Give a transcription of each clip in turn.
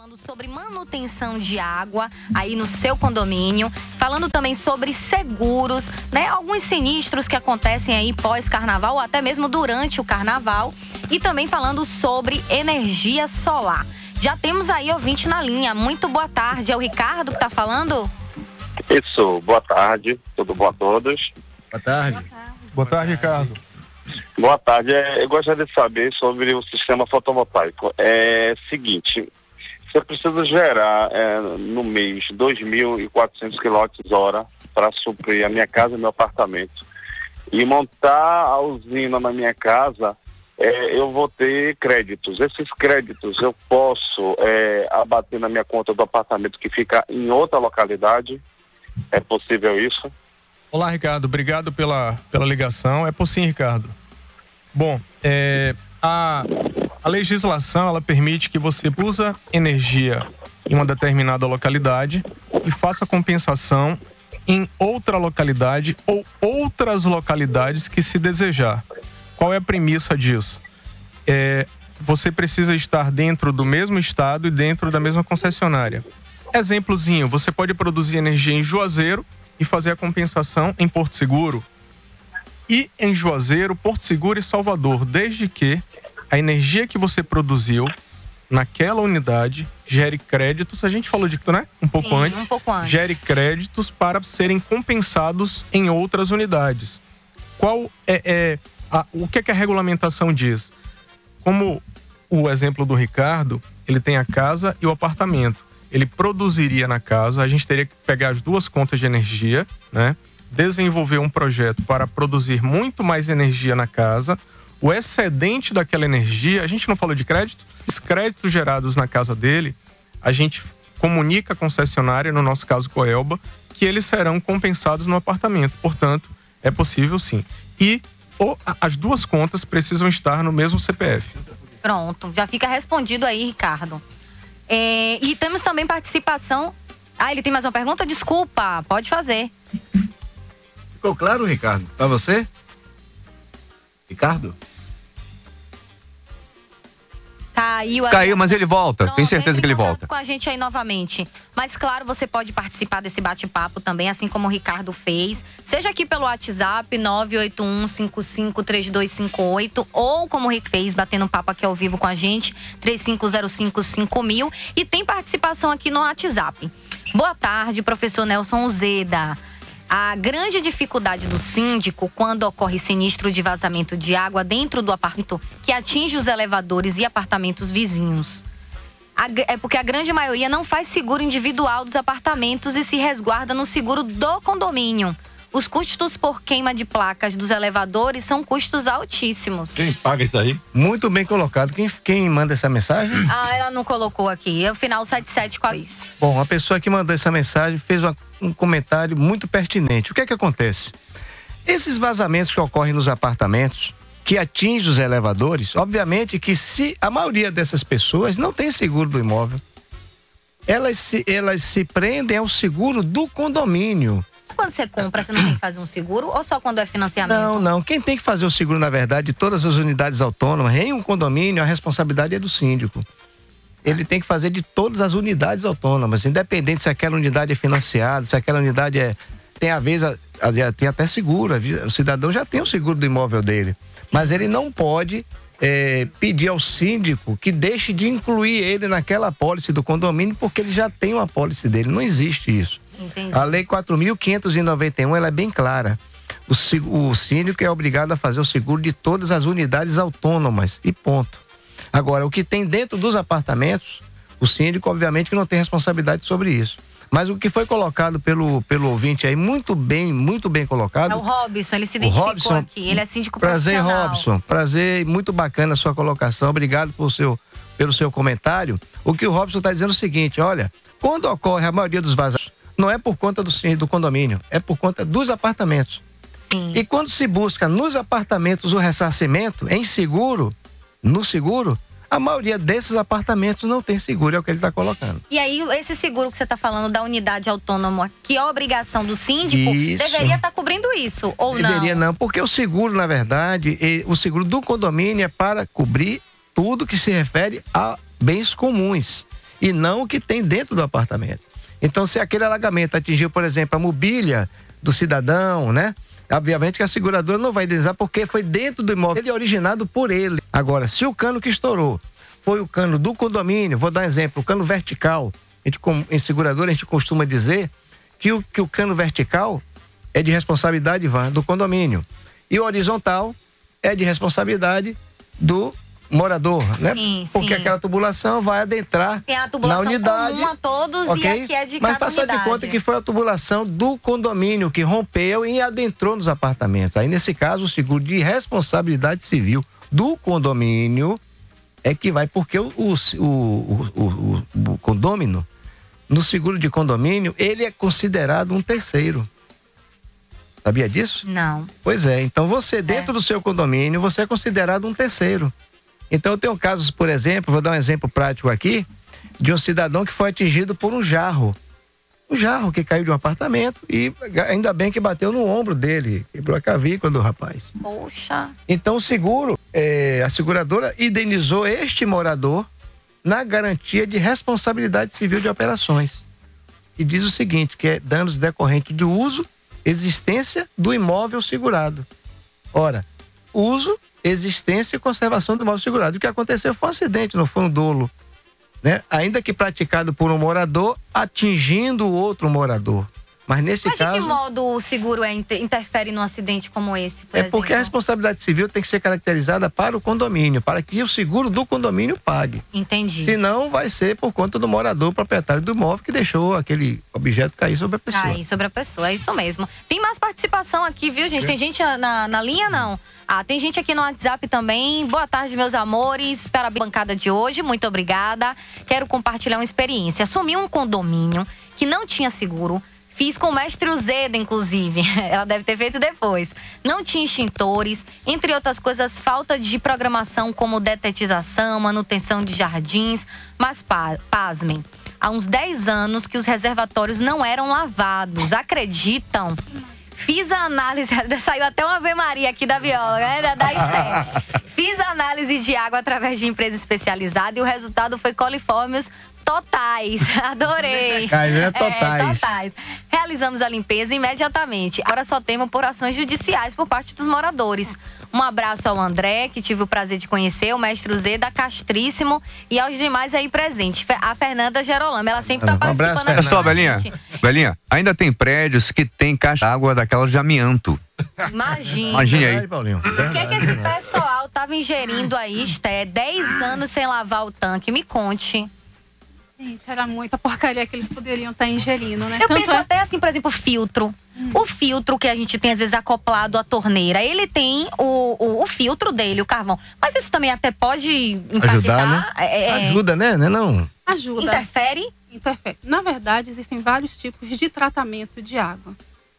Falando sobre manutenção de água aí no seu condomínio, falando também sobre seguros, né? Alguns sinistros que acontecem aí pós-carnaval ou até mesmo durante o carnaval, e também falando sobre energia solar. Já temos aí ouvinte na linha. Muito boa tarde. É o Ricardo que está falando? Isso, boa tarde. Tudo bom a todos? Boa tarde. Boa tarde, Ricardo. Boa tarde. Eu gostaria de saber sobre o sistema fotovoltaico. É seguinte, você precisa gerar no mês 2.400 kWh para suprir a minha casa e meu apartamento. E montar a usina na minha casa, eu vou ter créditos. Esses créditos eu posso abater na minha conta do apartamento que fica em outra localidade? É possível isso? Olá, Ricardo. Obrigado pela ligação. É possível, Ricardo. Bom, a legislação, ela permite que você usa energia em uma determinada localidade e faça compensação em outra localidade ou outras localidades que se desejar. Qual é a premissa disso? Você precisa estar dentro do mesmo estado e dentro da mesma concessionária. Exemplozinho, você pode produzir energia em Juazeiro e fazer a compensação em Porto Seguro. E em Juazeiro, Porto Seguro e Salvador, desde que a energia que você produziu naquela unidade gere créditos, a gente falou disso, né? Um pouco antes. Gere créditos para serem compensados em outras unidades. O que a regulamentação diz? Como o exemplo do Ricardo, ele tem a casa e o apartamento. Ele produziria na casa, a gente teria que pegar as duas contas de energia, né? Desenvolver um projeto para produzir muito mais energia na casa. O excedente daquela energia, a gente não falou de crédito, os créditos gerados na casa dele, a gente comunica a concessionária, no nosso caso Coelba, que eles serão compensados no apartamento. Portanto, é possível sim. E as duas contas precisam estar no mesmo CPF. Pronto, já fica respondido aí, Ricardo. E temos também participação... ele tem mais uma pergunta? Desculpa, pode fazer. Ficou claro, Ricardo? Pra você? Ricardo? Caiu, mas ele volta. Pronto, tem certeza que ele volta. Com a gente aí novamente. Mas claro, você pode participar desse bate-papo também, assim como o Ricardo fez. Seja aqui pelo WhatsApp 981553258 ou como o Rick fez, batendo um papo aqui ao vivo com a gente, 35055000. E tem participação aqui no WhatsApp. Boa tarde, professor Nelson Uzeda. A grande dificuldade do síndico quando ocorre sinistro de vazamento de água dentro do apartamento que atinge os elevadores e apartamentos vizinhos. É porque a grande maioria não faz seguro individual dos apartamentos e se resguarda no seguro do condomínio. Os custos por queima de placas dos elevadores são custos altíssimos. Quem paga isso aí? Muito bem colocado. Quem manda essa mensagem? Ela não colocou aqui. É o final 7742. Bom, a pessoa que mandou essa mensagem fez um comentário muito pertinente. O que é que acontece? Esses vazamentos que ocorrem nos apartamentos, que atingem os elevadores, obviamente que se a maioria dessas pessoas não tem seguro do imóvel, elas se prendem ao seguro do condomínio. Quando você compra, você não tem que fazer um seguro ou só quando é financiamento? Não. Quem tem que fazer o seguro, na verdade, de todas as unidades autônomas, em um condomínio, a responsabilidade é do síndico. Ele tem que fazer de todas as unidades autônomas, independente se aquela unidade é financiada, se aquela unidade tem tem até seguro, o cidadão já tem o seguro do imóvel dele. Mas ele não pode pedir ao síndico que deixe de incluir ele naquela apólice do condomínio, porque ele já tem uma apólice dele, não existe isso. Entendi. A lei 4.591, ela é bem clara. O síndico é obrigado a fazer o seguro de todas as unidades autônomas e ponto. Agora, o que tem dentro dos apartamentos, o síndico obviamente que não tem responsabilidade sobre isso. Mas o que foi colocado pelo ouvinte aí, muito bem colocado. É o Robson, ele se identificou aqui, ele é síndico profissional. Prazer, Robson, prazer, muito bacana a sua colocação, obrigado pelo seu comentário. O que o Robson está dizendo é o seguinte, olha, quando ocorre a maioria dos vazamentos, não é por conta do condomínio, é por conta dos apartamentos. Sim. E quando se busca nos apartamentos o ressarcimento no seguro, a maioria desses apartamentos não tem seguro, é o que ele está colocando. E aí, esse seguro que você está falando da unidade autônoma, que é obrigação do síndico, deveria estar cobrindo isso, ou não? Deveria não, porque o seguro, na verdade, o seguro do condomínio é para cobrir tudo que se refere a bens comuns. e não o que tem dentro do apartamento. Então, se aquele alagamento atingiu, por exemplo, a mobília do cidadão, né? Obviamente que a seguradora não vai indenizar porque foi dentro do imóvel, ele é originado por ele. Agora, se o cano que estourou foi o cano do condomínio, vou dar um exemplo, o cano vertical, em seguradora a gente costuma dizer que o cano vertical é de responsabilidade, Ivan, do condomínio. E o horizontal é de responsabilidade do morador, né? Sim, porque sim. aquela tubulação vai adentrar Tem a tubulação na unidade comum a todos, okay? e aqui é de Mas cada faça unidade. de conta que foi a tubulação do condomínio que rompeu e adentrou nos apartamentos. Aí, nesse caso, o seguro de responsabilidade civil do condomínio é que vai, porque o condômino, no seguro de condomínio, ele é considerado um terceiro. Sabia disso? Não. Pois é, então você dentro do seu condomínio, você é considerado um terceiro. Então eu tenho casos, por exemplo, vou dar um exemplo prático aqui, de um cidadão que foi atingido por um jarro. Um jarro que caiu de um apartamento e ainda bem que bateu no ombro dele, quebrou a clavícula do rapaz. Poxa. Então o seguro, a seguradora indenizou este morador na garantia de responsabilidade civil de operações. E diz o seguinte, que é danos decorrentes do uso, existência do imóvel segurado. Ora, uso, existência e conservação do imóvel segurado. O que aconteceu foi um acidente, não foi um dolo, né? Ainda que praticado por um morador, atingindo o outro morador. Mas nesse caso... Mas de que modo o seguro interfere num acidente como esse, por exemplo? Porque a responsabilidade civil tem que ser caracterizada para o condomínio, para que o seguro do condomínio pague. Entendi. Senão vai ser por conta do morador proprietário do imóvel que deixou aquele objeto cair sobre a pessoa. Cair sobre a pessoa, é isso mesmo. Tem mais participação aqui, viu, gente? Tem gente na linha, não? Tem gente aqui no WhatsApp também. Boa tarde, meus amores. Para a bancada de hoje, muito obrigada. Quero compartilhar uma experiência. Assumi um condomínio que não tinha seguro. Fiz com o mestre Uzeda, inclusive. Ela deve ter feito depois. Não tinha extintores, entre outras coisas, falta de programação como detetização, manutenção de jardins. Mas pasmem, há uns 10 anos que os reservatórios não eram lavados. Acreditam? Fiz a análise, saiu até uma Ave Maria aqui da bióloga, né, da Esther. Fiz a análise de água através de empresa especializada e o resultado foi coliformes totais. Adorei. Totais. Realizamos a limpeza imediatamente. Agora só temo por ações judiciais por parte dos moradores. Um abraço ao André, que tive o prazer de conhecer, o mestre Zeda, Castríssimo, e aos demais aí presentes. A Fernanda Gerolamo, ela sempre tá participando. É só, Belinha, ainda tem prédios que tem caixa d'água daquelas de amianto. Imagina aí. O que esse pessoal tava ingerindo aí, Esté? 10 anos sem lavar o tanque, me conte. Gente, era muita porcaria que eles poderiam estar ingerindo, né? Eu penso até assim, por exemplo, filtro. O filtro que a gente tem, às vezes, acoplado à torneira, ele tem o filtro dele, o carvão. Mas isso também até pode impactar. Ajudar, né? Ajuda, né? Não. Ajuda. Interfere? Interfere. Na verdade, existem vários tipos de tratamento de água.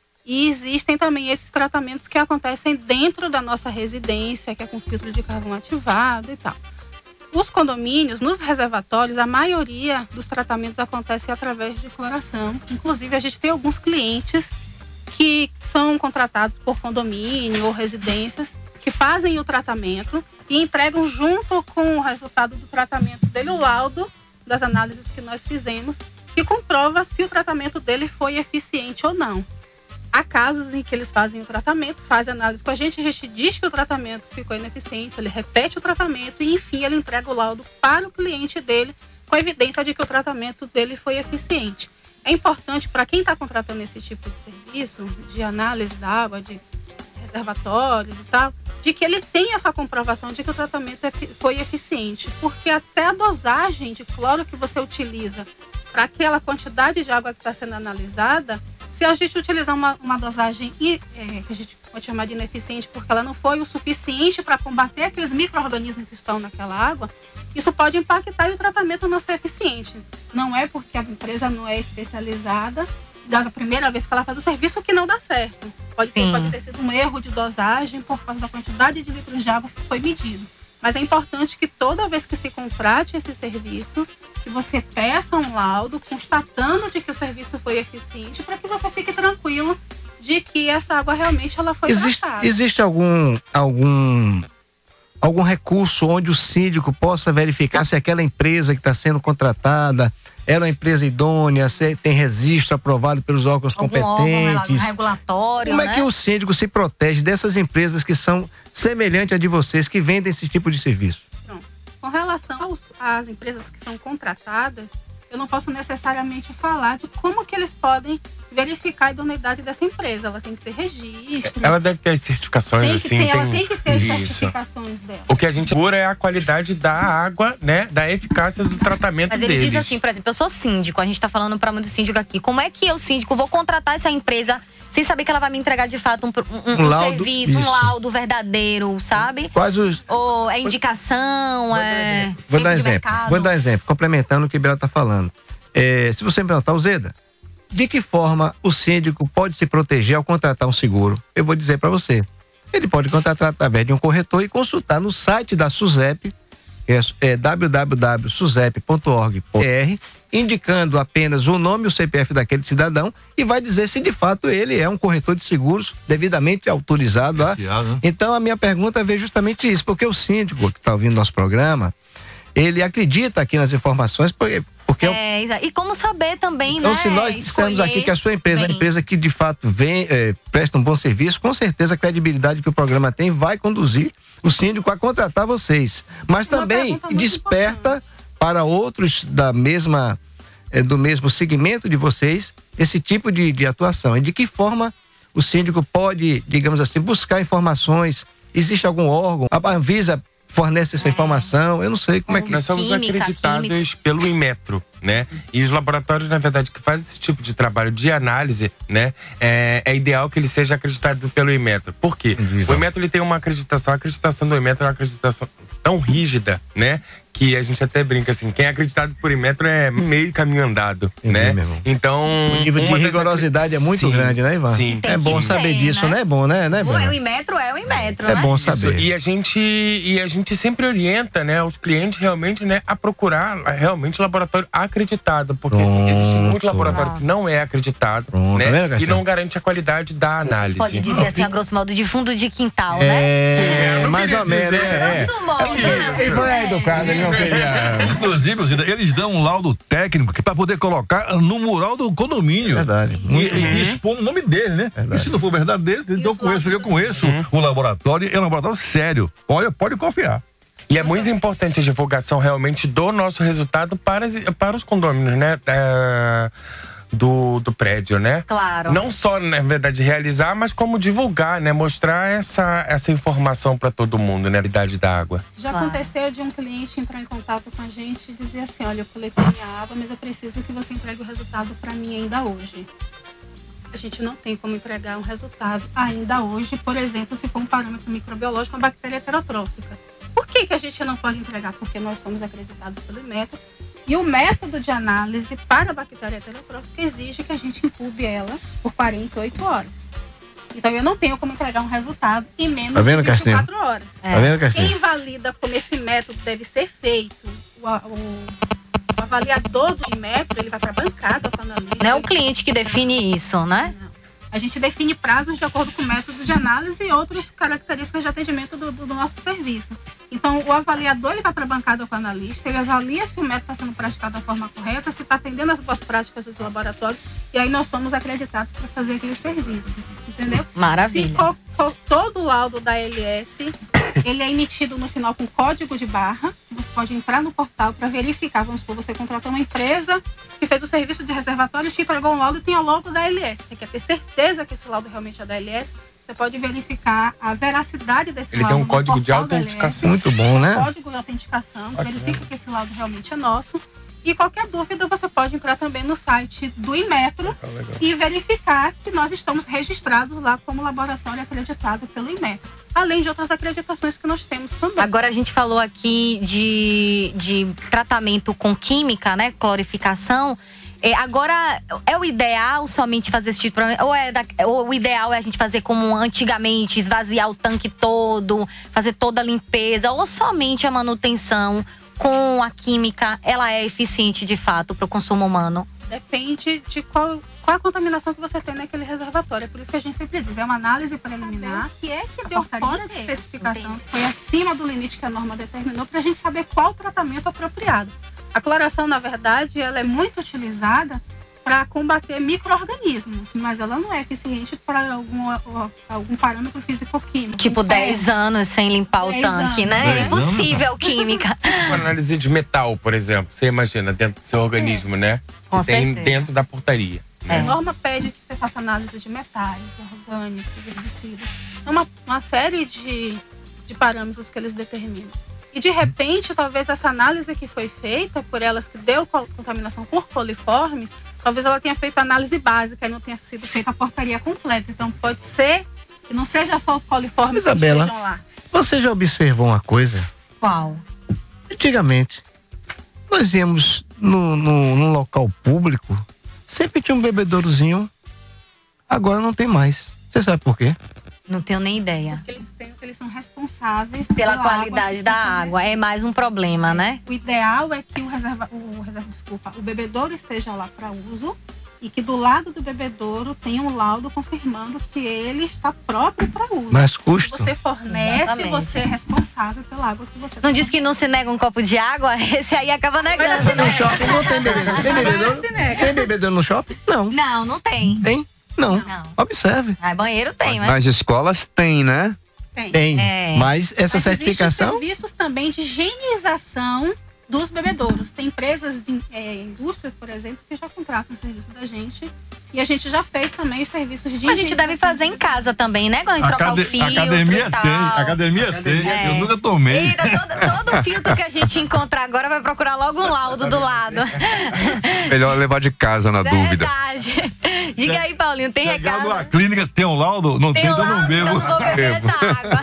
E existem também esses tratamentos que acontecem dentro da nossa residência, que é com filtro de carvão ativado e tal. Os condomínios, nos reservatórios, a maioria dos tratamentos acontece através de cloração. Inclusive, a gente tem alguns clientes que são contratados por condomínio ou residências que fazem o tratamento e entregam junto com o resultado do tratamento dele o laudo das análises que nós fizemos, que comprova se o tratamento dele foi eficiente ou não. Há casos em que eles fazem o tratamento, fazem análise com a gente diz que o tratamento ficou ineficiente, ele repete o tratamento e, enfim, ele entrega o laudo para o cliente dele com a evidência de que o tratamento dele foi eficiente. É importante para quem está contratando esse tipo de serviço, de análise da água, de reservatórios e tal, de que ele tenha essa comprovação de que o tratamento foi eficiente, porque até a dosagem de cloro que você utiliza para aquela quantidade de água que está sendo analisada, se a gente utilizar uma dosagem que a gente pode chamar de ineficiente, porque ela não foi o suficiente para combater aqueles micro-organismos que estão naquela água, isso pode impactar e o tratamento não ser eficiente. Não é porque a empresa não é especializada, da primeira vez que ela faz o serviço, que não dá certo. Pode ter sido um erro de dosagem por causa da quantidade de litros de água que foi medido. Mas é importante que toda vez que se contrate esse serviço, que você peça um laudo constatando de que o serviço foi eficiente, para que você fique tranquilo de que essa água realmente ela foi tratada. Existe algum algum recurso onde o síndico possa verificar se aquela empresa que está sendo contratada é uma empresa idônea, se tem registro aprovado pelos órgãos competentes. Regulatório, Como é que o síndico se protege dessas empresas que são semelhantes a de vocês, que vendem esse tipo de serviço? Pronto. Com relação às empresas que são contratadas, eu não posso necessariamente falar de como que eles podem verificar a idoneidade dessa empresa. Ela tem que ter registro. Ela deve ter as certificações, Ela tem que ter as Isso. certificações dela. O que a gente procura é a qualidade da água, né? Da eficácia do tratamento Mas deles. ele diz assim, por exemplo, eu sou síndico, a gente tá falando para muito síndico aqui. Como é que eu, síndico, vou contratar essa empresa sem saber que ela vai me entregar de fato um laudo, serviço, um isso. laudo verdadeiro, sabe? Quais os... Ou é indicação, Vou dar de exemplo. mercado. Vou dar exemplo, complementando o que o Bela está falando. Se você me perguntar, Zeda, de que forma o síndico pode se proteger ao contratar um seguro? Eu vou dizer para você. Ele pode contratar através de um corretor e consultar no site da SUSEP, www.susep.org.br, indicando apenas o nome e o CPF daquele cidadão e vai dizer se de fato ele é um corretor de seguros devidamente autorizado. Então a minha pergunta veio justamente isso, porque o síndico que está ouvindo nosso programa, ele acredita aqui nas informações, porque e como saber também, então, né? se nós dissemos aqui que a sua empresa é uma empresa que de fato presta um bom serviço, com certeza a credibilidade que o programa tem vai conduzir o síndico a contratar vocês. Mas também desperta para outros do mesmo segmento de vocês esse tipo de atuação. E de que forma o síndico pode, digamos assim, buscar informações? Existe algum órgão? A Anvisa fornece essa informação? Eu não sei como é que... Nós somos acreditados pelo Inmetro, né? E os laboratórios, na verdade, que fazem esse tipo de trabalho de análise, né? É ideal que ele seja acreditado pelo Inmetro. Por quê? O Inmetro, ele tem uma acreditação. A acreditação do Inmetro é uma acreditação tão rígida, né? Que a gente até brinca assim, quem é acreditado por Inmetro é meio caminho andado, né? Então... O nível de rigorosidade é muito grande, né, Ivan? Sim. É bom saber disso, né? É bom, né? O Inmetro é o Inmetro, né? É bom saber. E a gente sempre orienta, né, os clientes realmente, né, a procurar realmente laboratório acreditado, porque existe muito laboratório que não é acreditado, né? Tá E não garante a grande da análise. Pode dizer assim, a grosso modo, de fundo de quintal, né? Mais ou menos. Grosso modo. Ele é educado, ele não queria... Inclusive, eles dão um laudo técnico para poder colocar no mural do condomínio. Verdade. E expor o nome dele, né? E se não for verdade dele, eu conheço o laboratório, é um laboratório sério. Olha, pode confiar. E é muito importante a divulgação realmente do nosso resultado para os condomínios, né? Do prédio, né? Claro. Não só, na verdade, realizar, mas como divulgar, né? Mostrar essa informação para todo mundo, né? A qualidade da água. Já aconteceu de um cliente entrar em contato com a gente e dizer assim, olha, eu coletei minha água, mas eu preciso que você entregue o resultado para mim ainda hoje. A gente não tem como entregar um resultado ainda hoje, por exemplo, se for um parâmetro microbiológico, uma bactéria heterotrófica. Por que a gente não pode entregar? Porque nós somos acreditados pelo Inmetro. E o método de análise para a bactéria heterotrófica exige que a gente incube ela por 48 horas. Então eu não tenho como entregar um resultado em menos de 24 horas. Tá vendo, Castinho? Quem valida como esse método deve ser feito, o avaliador do Inmetro, ele vai para a bancada com o analista. Não é o cliente que define isso, né? Não. A gente define prazos de acordo com o método de análise e outras características de atendimento do nosso serviço. Então, o avaliador ele vai para a bancada com o analista, ele avalia se o método está sendo praticado da forma correta, se está atendendo as boas práticas dos laboratórios, e aí nós somos acreditados para fazer aquele serviço, entendeu? Maravilha. Se todo o laudo da ALS, ele é emitido no final com código de barra, você pode entrar no portal para verificar, vamos supor, você contratou uma empresa que fez o serviço de reservatório, te entregou um laudo e tem o logo da ALS. Você quer ter certeza que esse laudo realmente é da ALS? Você pode verificar a veracidade desse laudo. Ele tem um código de autenticação. Muito bom, né? Um código de autenticação, verifica que esse laudo realmente é nosso. E qualquer dúvida, você pode entrar também no site do Inmetro e verificar que nós estamos registrados lá como laboratório acreditado pelo Inmetro. Além de outras acreditações que nós temos também. Agora a gente falou aqui de tratamento com química, né? Clorificação. Agora, é o ideal somente fazer esse tipo de problema? Ou o ideal é a gente fazer como antigamente, esvaziar o tanque todo, fazer toda a limpeza, ou somente a manutenção com a química, ela é eficiente de fato para o consumo humano? Depende de qual qual a contaminação que você tem naquele reservatório. É por isso que a gente sempre diz, é uma análise preliminar, que é que deu fora de especificação, foi acima do limite que a norma determinou, para a gente saber qual o tratamento apropriado. A cloração, na verdade, ela é muito utilizada para combater micro-organismos, mas ela não é eficiente para algum parâmetro físico-químico. Tipo 10 anos sem limpar o tanque, né? É impossível química. Uma análise de metal, por exemplo, você imagina dentro do seu organismo, né? Com que tem certeza. dentro da portaria. A norma pede que você faça análise de metais, orgânicos, herbicidas. É uma série de parâmetros que eles determinam. E de repente, talvez essa análise que foi feita por elas, que deu contaminação por coliformes, talvez ela tenha feito a análise básica e não tenha sido feita a portaria completa. Então pode ser que não seja só os coliformes Isabela, que estejam lá. Você já observou uma coisa? Qual? Antigamente, nós íamos num local público, sempre tinha um bebedourozinho, agora não tem mais. Você sabe por quê? Não tenho nem ideia. Porque eles são responsáveis pela qualidade da água. É mais um problema, né? O ideal é que o bebedouro esteja lá para uso e que do lado do bebedouro tenha um laudo confirmando que ele está próprio para uso. Mas custo. Se você fornece, Exatamente. você é responsável pela água que você Não diz que não se nega um copo de água? Esse aí acaba negando, No né? shopping não tem bebedouro. Tem bebedouro? Tem bebedouro no shopping? Não. Não, não tem. Tem? Não. Não. Observe. Ah, banheiro tem, mas... Nas escolas tem, né? Tem. É. Mas essa Mas certificação... existem serviços também de higienização dos bebedouros. Tem empresas, indústrias, por exemplo, que já contratam o serviço da gente. E a gente já fez também os serviços de A gente deve fazer em casa também, né? Quando trocar o filtro Academia e tal. tem, academia tem. É. Eu nunca tomei. Eita, todo filtro que a gente encontrar agora vai procurar logo um laudo do lado. Melhor levar de casa na dúvida. Verdade. Diga aí, Paulinho, tem Chegar recado? numa clínica, tem um laudo? Não tem, um então não laudo, bebo. então não vou beber essa água.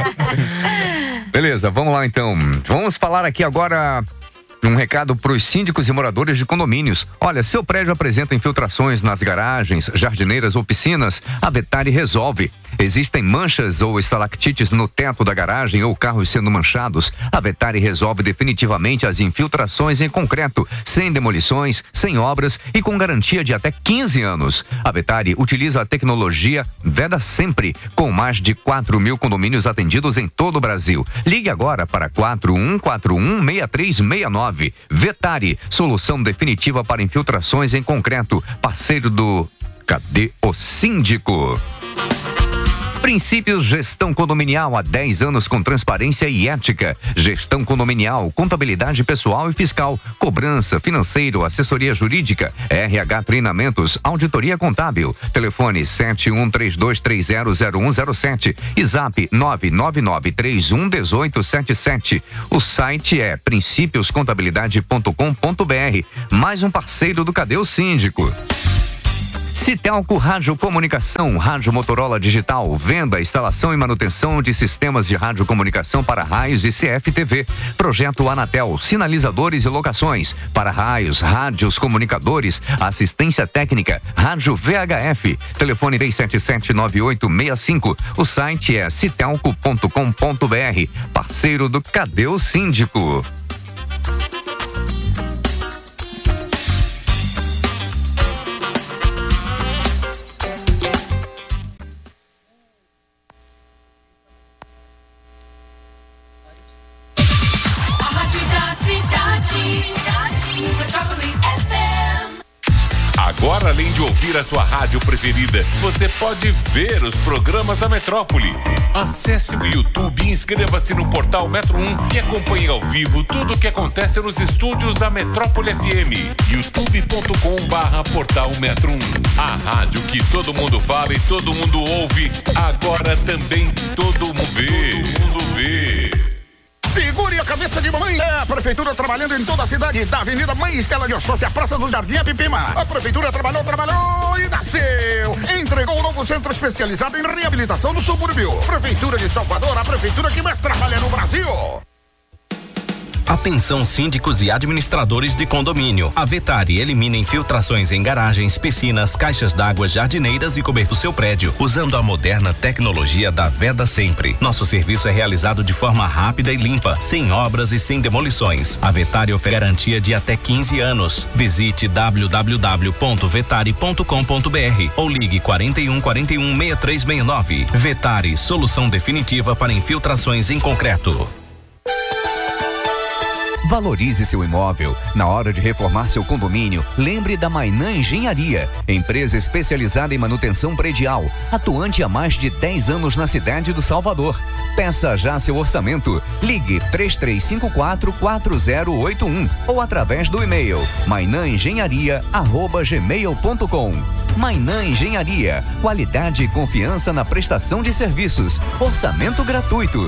Beleza, vamos lá então. Vamos falar aqui agora um recado para os síndicos e moradores de condomínios. Olha, seu prédio apresenta infiltrações nas garagens, jardineiras ou piscinas, a Vetari resolve. Existem manchas ou estalactites no teto da garagem ou carros sendo manchados? A Vetari resolve definitivamente as infiltrações em concreto, sem demolições, sem obras e com garantia de até 15 anos. A Vetari utiliza a tecnologia Veda Sempre, com mais de 4.000 condomínios atendidos em todo o Brasil. Ligue agora para 4141-6369. Vetari, solução definitiva para infiltrações em concreto. Parceiro do Cadê o Síndico? Princípios Gestão Condominial há 10 anos com transparência e ética. Gestão condominial, contabilidade pessoal e fiscal, cobrança, financeiro, assessoria jurídica, RH treinamentos, auditoria contábil. Telefone 7132300107 e zap 999311877. O site é principioscontabilidade.com.br. Mais um parceiro do Cadê o Síndico? Citelco Rádio Comunicação, Rádio Motorola Digital, venda, instalação e manutenção de sistemas de radiocomunicação para raios e CFTV. Projeto Anatel, sinalizadores e locações para raios, rádios, comunicadores, assistência técnica, rádio VHF. Telefone 3779865. O site é citelco.com.br. Parceiro do Cadê o Síndico? Agora, além de ouvir a sua rádio preferida, você pode ver os programas da Metrópole. Acesse o YouTube e inscreva-se no portal Metro 1 e acompanhe ao vivo tudo o que acontece nos estúdios da Metrópole FM. youtube.com/portal Metro 1. A rádio que todo mundo fala e todo mundo ouve, agora também todo mundo vê. Segure a cabeça de mamãe. É a prefeitura trabalhando em toda a cidade, da Avenida Mãe Estela de Oxóssi, a Praça do Jardim, a Pipima. A prefeitura trabalhou e nasceu. Entregou um novo centro especializado em reabilitação do subúrbio. Prefeitura de Salvador, a prefeitura que mais trabalha no Brasil. Atenção síndicos e administradores de condomínio. A Vetari elimina infiltrações em garagens, piscinas, caixas d'água, jardineiras e cobertura do seu prédio, usando a moderna tecnologia da Veda Sempre. Nosso serviço é realizado de forma rápida e limpa, sem obras e sem demolições. A Vetari oferece garantia de até 15 anos. Visite www.vetari.com.br ou ligue 41 41 6369. Vetari, solução definitiva para infiltrações em concreto. Valorize seu imóvel. Na hora de reformar seu condomínio, lembre da Mainã Engenharia, empresa especializada em manutenção predial, atuante há mais de 10 anos na cidade do Salvador. Peça já seu orçamento. Ligue 3354-4081 ou através do e-mail mainãengenharia@gmail.com. Mainã Engenharia, qualidade e confiança na prestação de serviços. Orçamento gratuito.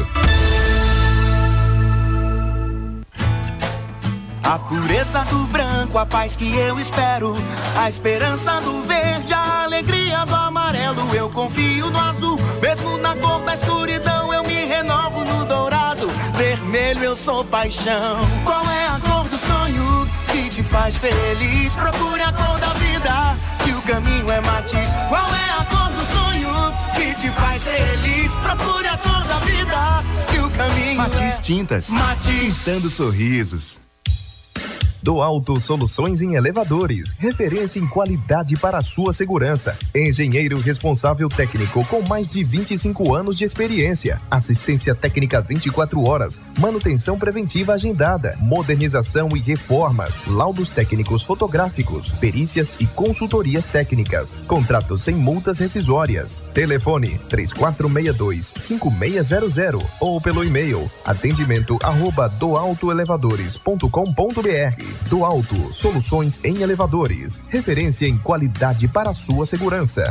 A pureza do branco, a paz que eu espero, a esperança do verde, a alegria do amarelo. Eu confio no azul, mesmo na cor da escuridão. Eu me renovo no dourado, vermelho eu sou paixão. Qual é a cor do sonho que te faz feliz? Procure a cor da vida, que o caminho é matiz. Qual é a cor do sonho que te faz feliz? Procure a cor da vida, que o caminho Matiz Tintas, Matiz. pintando sorrisos. Do Alto Soluções em Elevadores, referência em qualidade para a sua segurança. Engenheiro responsável técnico com mais de 25 anos de experiência. Assistência técnica 24 horas, manutenção preventiva agendada, modernização e reformas, laudos técnicos fotográficos, perícias e consultorias técnicas. Contratos sem multas rescisórias. Telefone 3462-5600 ou pelo e-mail atendimento@doaltoelevadores.com.br. Do Alto Soluções em Elevadores, referência em qualidade para a sua segurança.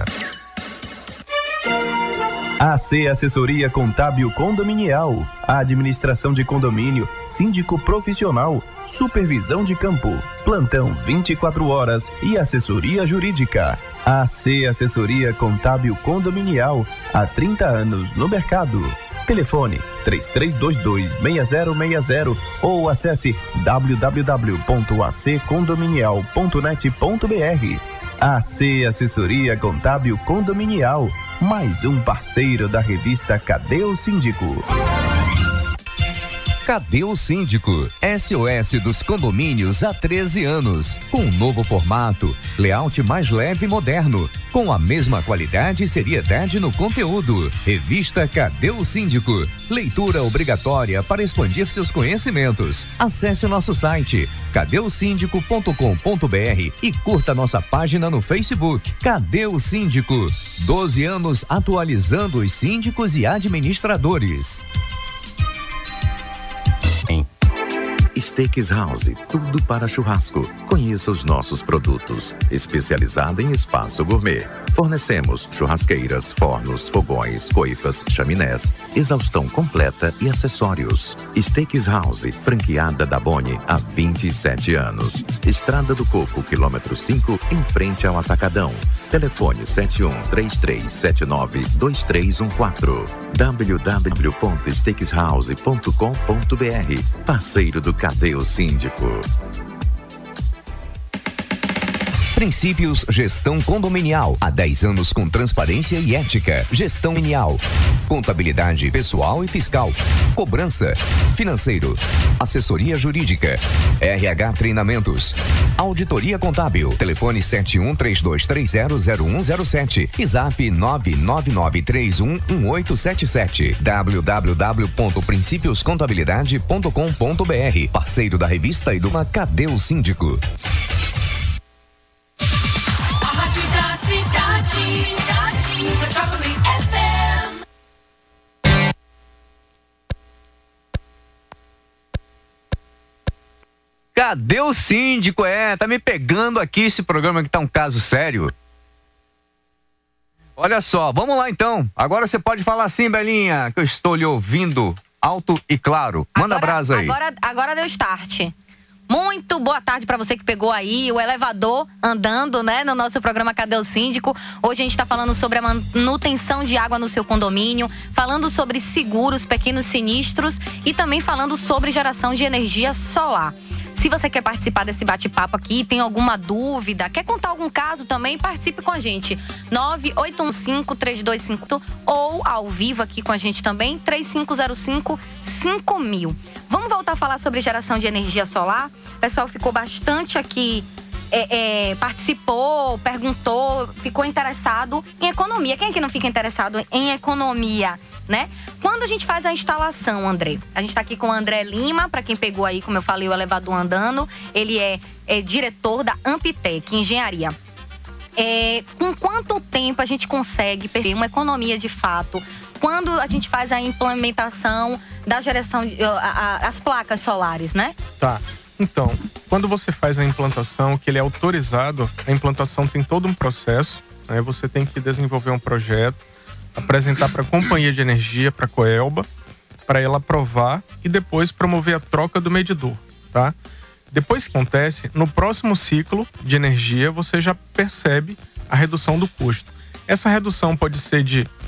AC Assessoria Contábil Condominial, administração de condomínio, síndico profissional, supervisão de campo, plantão 24 horas e assessoria jurídica. AC Assessoria Contábil Condominial, há 30 anos no mercado. Telefone 3322-6060 ou acesse www.accondominial.net.br. AC Assessoria Contábil Condominial, mais um parceiro da revista Cadê o Síndico? Cadê o Síndico? SOS dos condomínios há 13 anos. Com um novo formato, layout mais leve e moderno, com a mesma qualidade e seriedade no conteúdo. Revista Cadê o Síndico? Leitura obrigatória para expandir seus conhecimentos. Acesse nosso site cadeosíndico.com.br e curta nossa página no Facebook. Cadê o Síndico? 12 anos atualizando os síndicos e administradores. Steaks House, tudo para churrasco. Conheça os nossos produtos. Especializada em espaço gourmet. Fornecemos churrasqueiras, fornos, fogões, coifas, chaminés, exaustão completa e acessórios. Steaks House, franqueada da Boni há 27 anos. Estrada do Coco, quilômetro 5, em frente ao Atacadão. Telefone 7133792314. www.steakshouse.com.br. Parceiro do Cadê o Síndico? Princípios Gestão Condominial. Há 10 anos com transparência e ética. Gestão condominial. Contabilidade pessoal e fiscal. Cobrança. Financeiro. Assessoria jurídica. RH Treinamentos. Auditoria Contábil. Telefone 7132300107. E Zap 999311877. www.principioscontabilidade.com.br. Parceiro da revista e do Cadê o Síndico? Cadê o Síndico? Tá me pegando aqui esse programa que tá um caso sério. Olha só, vamos lá então. Agora você pode falar assim, Belinha, que eu estou lhe ouvindo alto e claro. Manda brasa aí. Agora deu start. Muito boa tarde para você que pegou aí o elevador andando, né, no nosso programa Cadê o Síndico? Hoje a gente está falando sobre a manutenção de água no seu condomínio, falando sobre seguros, pequenos sinistros e também falando sobre geração de energia solar. Se você quer participar desse bate-papo aqui, tem alguma dúvida, quer contar algum caso também, participe com a gente. 9815-3252 ou ao vivo aqui com a gente também, 3505-5000. Vamos voltar a falar sobre geração de energia solar? O pessoal ficou bastante aqui, participou, perguntou, ficou interessado em economia. Quem é que não fica interessado em economia, né? Quando a gente faz a instalação, André, a gente tá aqui com o André Lima, para quem pegou aí, como eu falei, o elevador andando, ele é diretor da Amptec, Engenharia. Com quanto tempo a gente consegue perceber uma economia de fato quando a gente faz a implementação da geração, as placas solares, né? Tá. Então, quando você faz a implantação, que ele é autorizado, a implantação tem todo um processo, né? Você tem que desenvolver um projeto, apresentar para a companhia de energia, para a Coelba, para ela aprovar e depois promover a troca do medidor, tá? Depois que acontece, no próximo ciclo de energia, você já percebe a redução do custo. Essa redução pode ser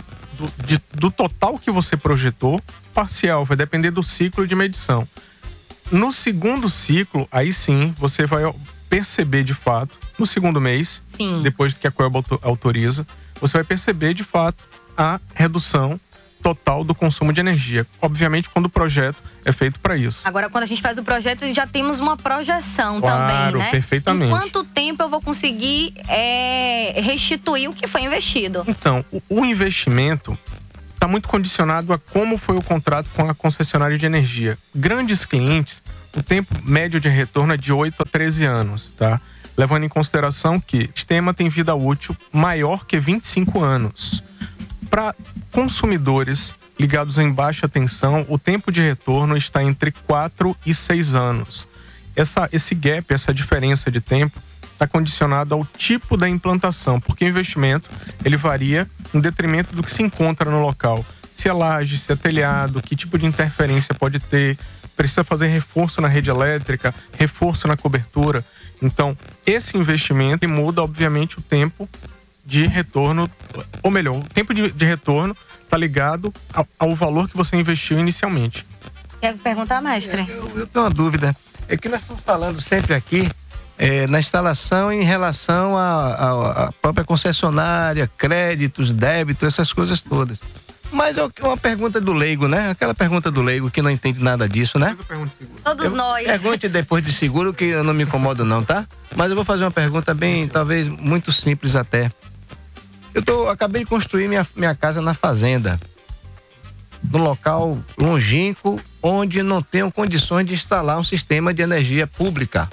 do total que você projetou, parcial, vai depender do ciclo de medição. No segundo ciclo, aí sim, você vai perceber de fato, no segundo mês, depois que a Coelba autoriza, você vai perceber de fato a redução total do consumo de energia. Obviamente, quando o projeto é feito para isso. Agora, quando a gente faz o projeto, já temos uma projeção claro, também, né? Perfeitamente. Em quanto tempo eu vou conseguir restituir o que foi investido? Então, o investimento está muito condicionado a como foi o contrato com a concessionária de energia. Grandes clientes, o tempo médio de retorno é de 8 a 13 anos, tá? Levando em consideração que o sistema tem vida útil maior que 25 anos. Para consumidores ligados em baixa tensão, o tempo de retorno está entre 4 e 6 anos. Esse gap, essa diferença de tempo, está condicionado ao tipo da implantação, porque o investimento ele varia em detrimento do que se encontra no local. Se é laje, se é telhado, que tipo de interferência pode ter, precisa fazer reforço na rede elétrica, reforço na cobertura. Então, esse investimento muda, obviamente, o tempo de retorno, ou melhor, o tempo de retorno está ligado ao valor que você investiu inicialmente. Quer perguntar, mestre? Eu tenho uma dúvida. É que nós estamos falando sempre aqui na instalação em relação à própria concessionária, créditos, débitos, essas coisas todas. Mas é uma pergunta do leigo, né? Aquela pergunta do leigo que não entende nada disso, né? Todos nós. Pergunte depois de seguro, que eu não me incomodo não, tá? Mas eu vou fazer uma pergunta bem, talvez, muito simples até. Acabei de construir minha casa na fazenda, num local longínquo, onde não tenho condições de instalar um sistema de energia pública.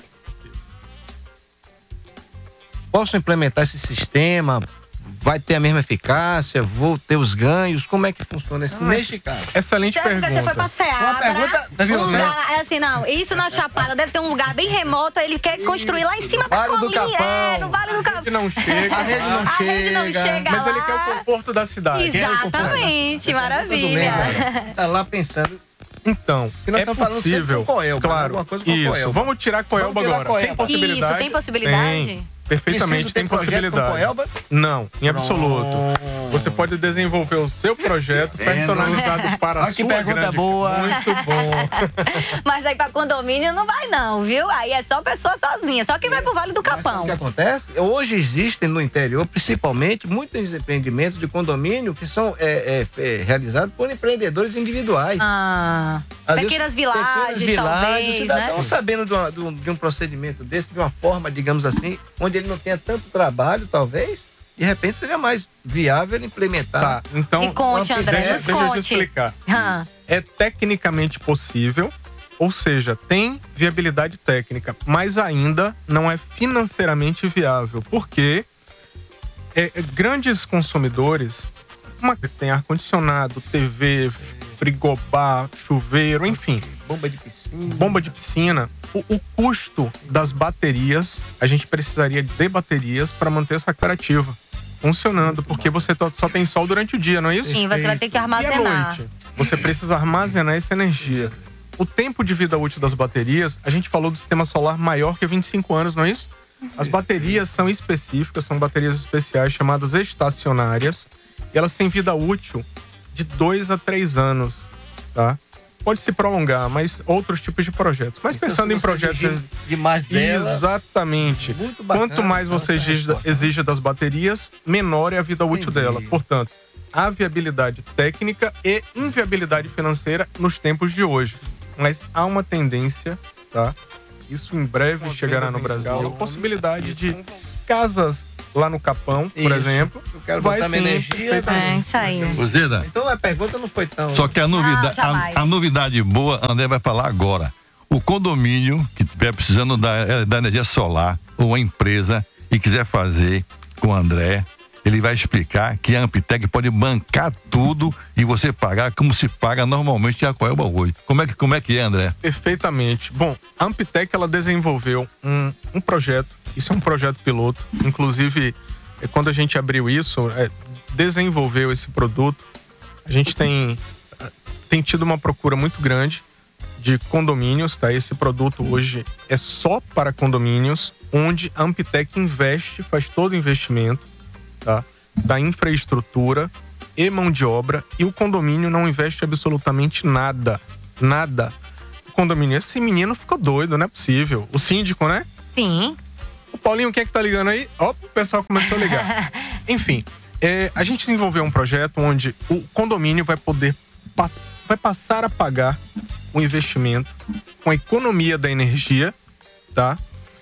Posso implementar esse sistema? Vai ter a mesma eficácia? Vou ter os ganhos? Como é que funciona neste caso? Excelente pergunta. Você foi passear. Uma pergunta, isso na Chapada deve ter um lugar bem remoto, ele quer construir lá em cima da colina. No Vale do Capão. A rede não chega. A rede não chega mas lá. ele quer o conforto da cidade. Exatamente, maravilha. Tá lá pensando. Então, é possível. Coelba, claro, alguma coisa com isso. Coelba. Vamos tirar a Coelba agora. Tem possibilidade? Isso, tem possibilidade? Perfeitamente, tem possibilidade. Coelba? Não, em absoluto. Você pode desenvolver o seu projeto personalizado para a sua que pergunta grande... boa. Muito bom. Mas aí para condomínio não vai não, viu? Aí é só pessoa sozinha, só quem vai pro Vale do Capão. O que acontece? Hoje existem no interior, principalmente, muitos empreendimentos de condomínio que são realizados por empreendedores individuais. Pequenas vilagens, talvez, os cidadãos estão sabendo de um procedimento desse, de uma forma, digamos assim, onde ele não tenha tanto trabalho, talvez, de repente seja mais viável implementar. Tá, então, e conte, André, deixa eu te explicar. É tecnicamente possível, ou seja, tem viabilidade técnica, mas ainda não é financeiramente viável, porque grandes consumidores, tem ar-condicionado, TV, frigobar, chuveiro, enfim. Bomba de piscina. O custo das baterias, a gente precisaria de baterias para manter essa cooperativa funcionando, porque você só tem sol durante o dia, não é isso? Sim, você vai ter que E à armazenar. noite, você precisa armazenar essa energia. o tempo de vida útil das baterias, a gente falou do sistema solar maior que 25 anos, não é isso? As baterias são específicas, são baterias especiais chamadas estacionárias, e elas têm vida útil de 2 a 3 anos, tá? Pode se prolongar, mas outros tipos de projetos. Mas então, pensando em projetos demais dela, exatamente. Quanto mais você exige das baterias, menor é a vida útil dela. Portanto, há viabilidade técnica e inviabilidade financeira nos tempos de hoje. Mas há uma tendência, tá? Isso em breve chegará no Brasil. A possibilidade de casas lá no Capão, por exemplo. Eu quero botar minha energia. É isso aí. Zeda. Então a pergunta não foi tão... Só que a novidade boa, André vai falar agora. O condomínio que estiver precisando da energia solar, ou a empresa, e quiser fazer com o André, ele vai explicar que a Amptec pode bancar tudo e você pagar como se paga normalmente a Coelba hoje. Como é que é, André? Perfeitamente. Bom, a Amptec, ela desenvolveu um projeto, isso é um projeto piloto, inclusive quando a gente abriu isso, desenvolveu esse produto, a gente tem tido uma procura muito grande de condomínios, tá? Esse produto hoje é só para condomínios, onde a Amptec investe, faz todo o investimento, tá? Da infraestrutura e mão de obra, e o condomínio não investe absolutamente nada. Nada. O condomínio, esse menino ficou doido, não é possível. O síndico, né? Sim. O Paulinho, quem é que tá ligando aí? Ó, o pessoal começou a ligar. Enfim, a gente desenvolveu um projeto onde o condomínio vai passar a pagar o investimento com a economia da energia, tá?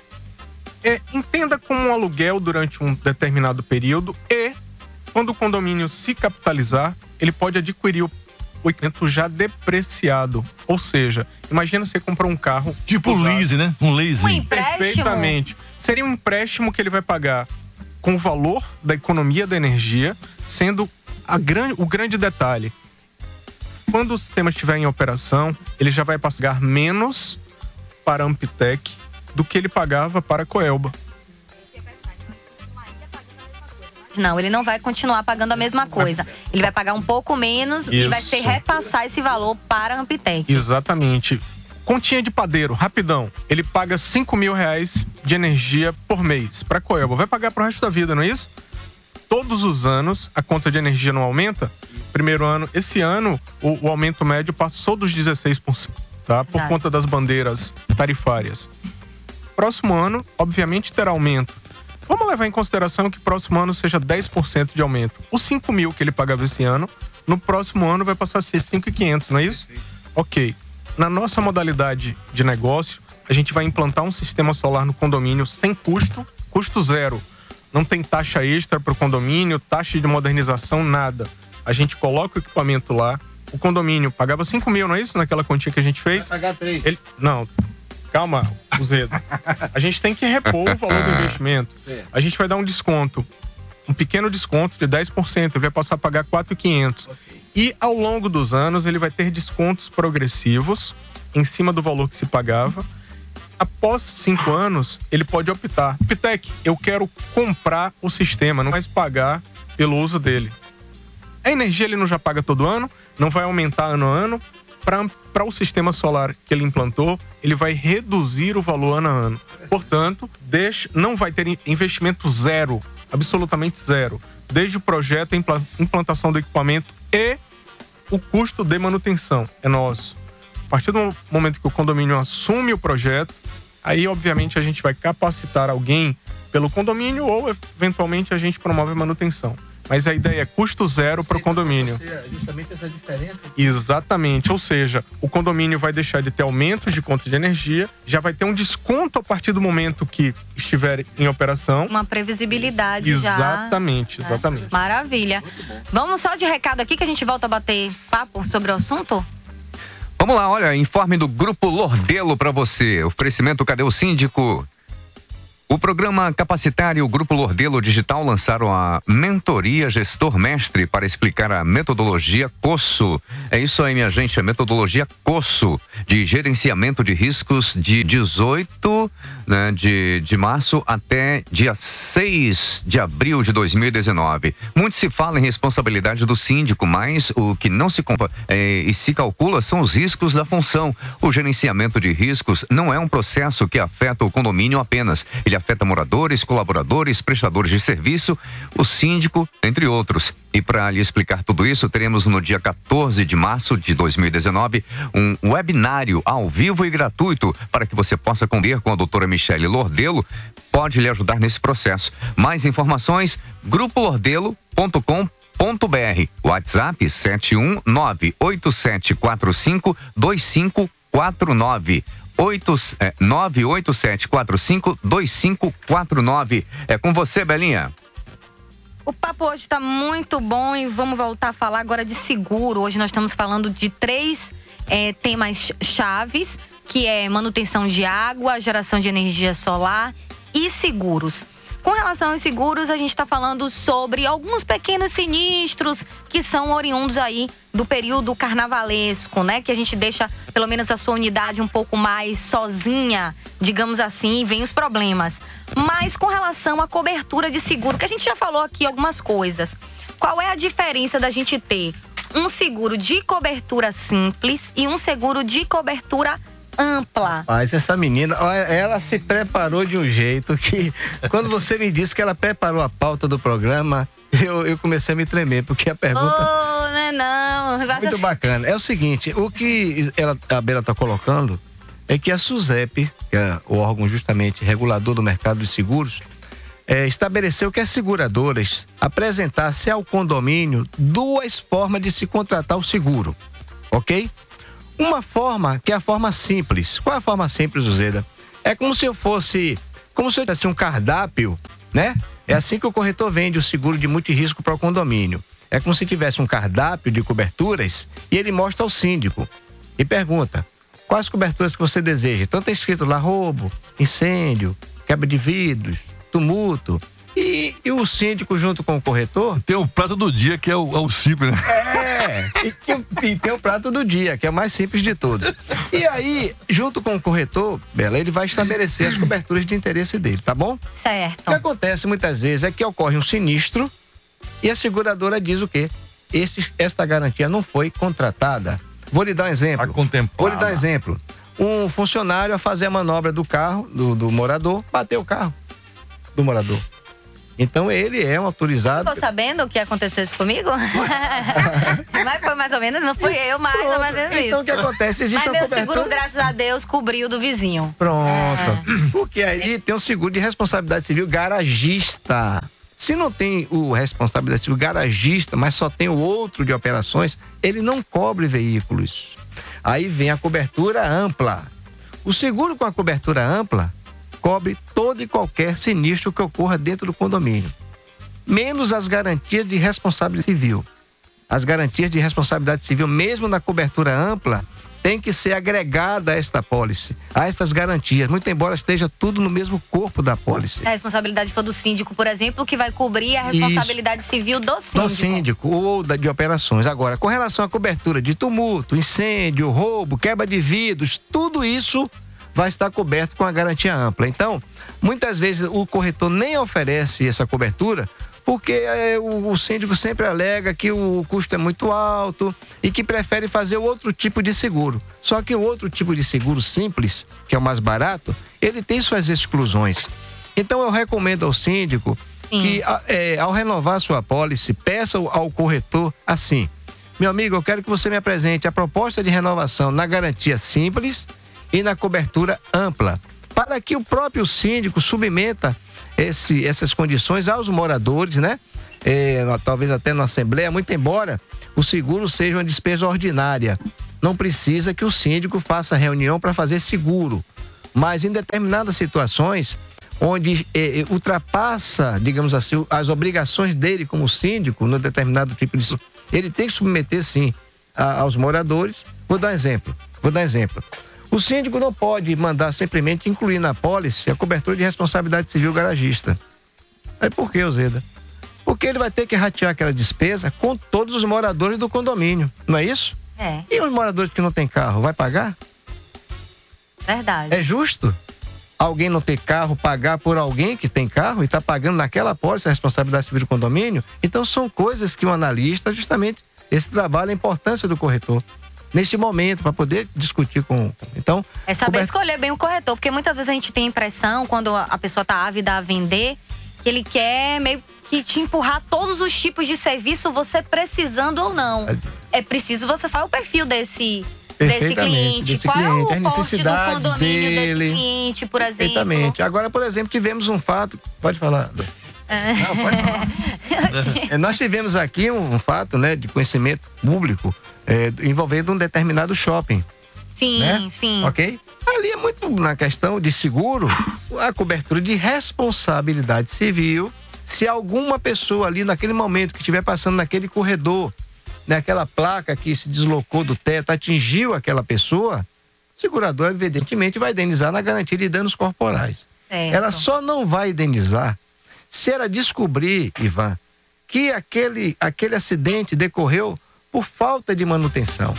Entenda como um aluguel durante um determinado período, e quando o condomínio se capitalizar, ele pode adquirir o equipamento já depreciado. Ou seja, imagina você comprar um carro... Tipo usado. Lease, né? Um lease. Um empréstimo? Perfeitamente. Seria um empréstimo que ele vai pagar com o valor da economia da energia, sendo o grande detalhe. Quando o sistema estiver em operação, ele já vai pagar menos para a Amptec do que ele pagava para a Coelba. Não, ele não vai continuar pagando a mesma coisa. Ele vai pagar um pouco menos e vai ser repassar esse valor para a Amptec. Exatamente. Continha de padeiro, rapidão. Ele paga R$5.000 de energia por mês para a Coelba. Vai pagar pro resto da vida, não é isso? Todos os anos a conta de energia não aumenta. Primeiro ano, esse ano o aumento médio passou dos 16%, tá? Por conta das bandeiras tarifárias. Próximo ano, obviamente, terá aumento. Vamos levar em consideração que próximo ano seja 10% de aumento. Os 5.000 que ele pagava esse ano, no próximo ano vai passar a ser 5.500, não é isso? Ok. Na nossa modalidade de negócio, a gente vai implantar um sistema solar no condomínio sem custo zero. Não tem taxa extra para o condomínio, taxa de modernização, nada. A gente coloca o equipamento lá, o condomínio pagava 5.000, não é isso? Naquela continha que a gente fez. Vai pagar 3. Não. Calma, Zedo. A gente tem que repor o valor do investimento. A gente vai dar um desconto, um pequeno desconto de 10%. Ele vai passar a pagar 4.500. E ao longo dos anos, ele vai ter descontos progressivos em cima do valor que se pagava. Após 5 anos, ele pode optar. Amptec, eu quero comprar o sistema, não mais pagar pelo uso dele. A energia ele não já paga todo ano, não vai aumentar ano a ano. Para o sistema solar que ele implantou, ele vai reduzir o valor ano a ano. Portanto, não vai ter investimento zero, absolutamente zero. Desde o projeto, a implantação do equipamento e o custo de manutenção é nosso. A partir do momento que o condomínio assume o projeto, aí obviamente a gente vai capacitar alguém pelo condomínio ou eventualmente a gente promove a manutenção. Mas a ideia é custo zero para o condomínio. Justamente essa diferença. Exatamente. Ou seja, o condomínio vai deixar de ter aumentos de conta de energia, já vai ter um desconto a partir do momento que estiver em operação. Uma previsibilidade exatamente, já. Exatamente. Maravilha. Vamos só de recado aqui que a gente volta a bater papo sobre o assunto? Vamos lá, olha, informe do Grupo Lordelo para você. Oferecimento, cadê o síndico? O programa capacitário Grupo Lordelo Digital lançaram a Mentoria Gestor Mestre para explicar a metodologia COSSO. É isso aí, minha gente, a metodologia COSSO de gerenciamento de riscos de 18 de março até dia 6 de abril de 2019. Muito se fala em responsabilidade do síndico, mas o que não se e se calcula são os riscos da função. O gerenciamento de riscos não é um processo que afeta o condomínio apenas. Ele afeta moradores, colaboradores, prestadores de serviço, o síndico, entre outros. E para lhe explicar tudo isso, teremos no dia 14 de março de 2019 um webinário ao vivo e gratuito para que você possa conver com a doutora Michele Lordelo, pode lhe ajudar nesse processo. Mais informações, grupolordelo.com.br, WhatsApp 71987452549. 987452549. É com você, Belinha. O papo hoje está muito bom e vamos voltar a falar agora de seguro. Hoje nós estamos falando de 3 temas chaves, que é manutenção de água, geração de energia solar e seguros. Com relação aos seguros, a gente está falando sobre alguns pequenos sinistros que são oriundos aí do período carnavalesco, né? Que a gente deixa, pelo menos, a sua unidade um pouco mais sozinha, digamos assim, e vem os problemas. Mas com relação à cobertura de seguro, que a gente já falou aqui algumas coisas. Qual é a diferença da gente ter um seguro de cobertura simples e um seguro de cobertura ampla? Mas essa menina, ela se preparou de um jeito que, quando você me disse que ela preparou a pauta do programa, eu comecei a me tremer, porque a pergunta... não. Muito bacana. É o seguinte, o que a Bela está colocando é que a SUSEP, que é o órgão justamente regulador do mercado de seguros, estabeleceu que as seguradoras apresentassem ao condomínio 2 formas de se contratar o seguro, ok? Uma forma que é a forma simples. Qual é a forma simples, Zeda? É como se eu tivesse um cardápio, né? É assim que o corretor vende o seguro de multirrisco para o condomínio. É como se tivesse um cardápio de coberturas e ele mostra ao síndico e pergunta: quais coberturas que você deseja? Então tem escrito lá roubo, incêndio, quebra de vidros, tumulto. E o síndico junto com o corretor... Tem o prato do dia, que é o simples, né? E tem o prato do dia, que é o mais simples de todos. E aí, junto com o corretor, Bela, ele vai estabelecer as coberturas de interesse dele, tá bom? Certo. O que acontece muitas vezes é que ocorre um sinistro e a seguradora diz o quê? Esta garantia não foi contratada. Vou lhe dar um exemplo. Vou lhe dar um exemplo. Um funcionário a fazer a manobra do carro, do morador, bateu o carro do morador. Então ele é um autorizado. Ficou sabendo o que aconteceu isso comigo? Mas foi mais ou menos, não fui eu, mais ou menos isso. Então o que acontece? Existe Mas meu seguro, graças a Deus, cobriu do vizinho. Pronto. Porque aí tem um seguro de responsabilidade civil garagista. Se não tem o responsabilidade civil garagista, mas só tem o outro de operações, ele não cobre veículos. Aí vem a cobertura ampla. O seguro com a cobertura ampla cobre todo e qualquer sinistro que ocorra dentro do condomínio, menos as garantias de responsabilidade civil. As garantias de responsabilidade civil, mesmo na cobertura ampla, tem que ser agregada a esta apólice, a estas garantias, muito embora esteja tudo no mesmo corpo da apólice. Se a responsabilidade for do síndico, por exemplo, que vai cobrir a responsabilidade civil do síndico. Do síndico ou de operações. Agora, com relação à cobertura de tumulto, incêndio, roubo, quebra de vidros, tudo isso vai estar coberto com a garantia ampla. Então, muitas vezes o corretor nem oferece essa cobertura porque o síndico sempre alega que o custo é muito alto e que prefere fazer outro tipo de seguro. Só que o outro tipo de seguro simples, que é o mais barato, ele tem suas exclusões. Então, eu recomendo ao síndico que, ao renovar sua apólice, peça ao corretor assim: meu amigo, eu quero que você me apresente a proposta de renovação na garantia simples e na cobertura ampla, para que o próprio síndico submeta essas condições aos moradores, né? Talvez até na Assembleia, muito embora o seguro seja uma despesa ordinária. Não precisa que o síndico faça reunião para fazer seguro, mas em determinadas situações onde ultrapassa, digamos assim, as obrigações dele como síndico, no determinado tipo de ele tem que submeter sim aos moradores. Vou dar um exemplo. O síndico não pode mandar simplesmente incluir na pólice a cobertura de responsabilidade civil garagista. Aí por que, Zeda? Porque ele vai ter que ratear aquela despesa com todos os moradores do condomínio, não é isso? É. E os moradores que não têm carro, vai pagar? Verdade. É justo alguém não ter carro, pagar por alguém que tem carro e está pagando naquela pólice a responsabilidade civil do condomínio? Então são coisas que o analista, justamente, esse trabalho, a importância do corretor, neste momento, para poder discutir com... Então, é saber escolher bem o corretor, porque muitas vezes a gente tem a impressão, quando a pessoa está ávida a vender, que ele quer meio que te empurrar todos os tipos de serviço, você precisando ou não. É preciso você saber o perfil desse cliente, qual é o porte do condomínio desse cliente, por exemplo. Perfeitamente. Agora, por exemplo, tivemos um fato... Pode falar. Não, pode falar. Nós tivemos aqui um fato, né, de conhecimento público envolvendo um determinado shopping. Sim, né? Sim. Ok? Ali é muito na questão de seguro, a cobertura de responsabilidade civil. Se alguma pessoa ali naquele momento que estiver passando naquele corredor, naquela placa que se deslocou do teto, atingiu aquela pessoa, a seguradora evidentemente vai indenizar na garantia de danos corporais. Certo. Ela só não vai indenizar se ela descobrir, Ivan, que aquele acidente decorreu por falta de manutenção,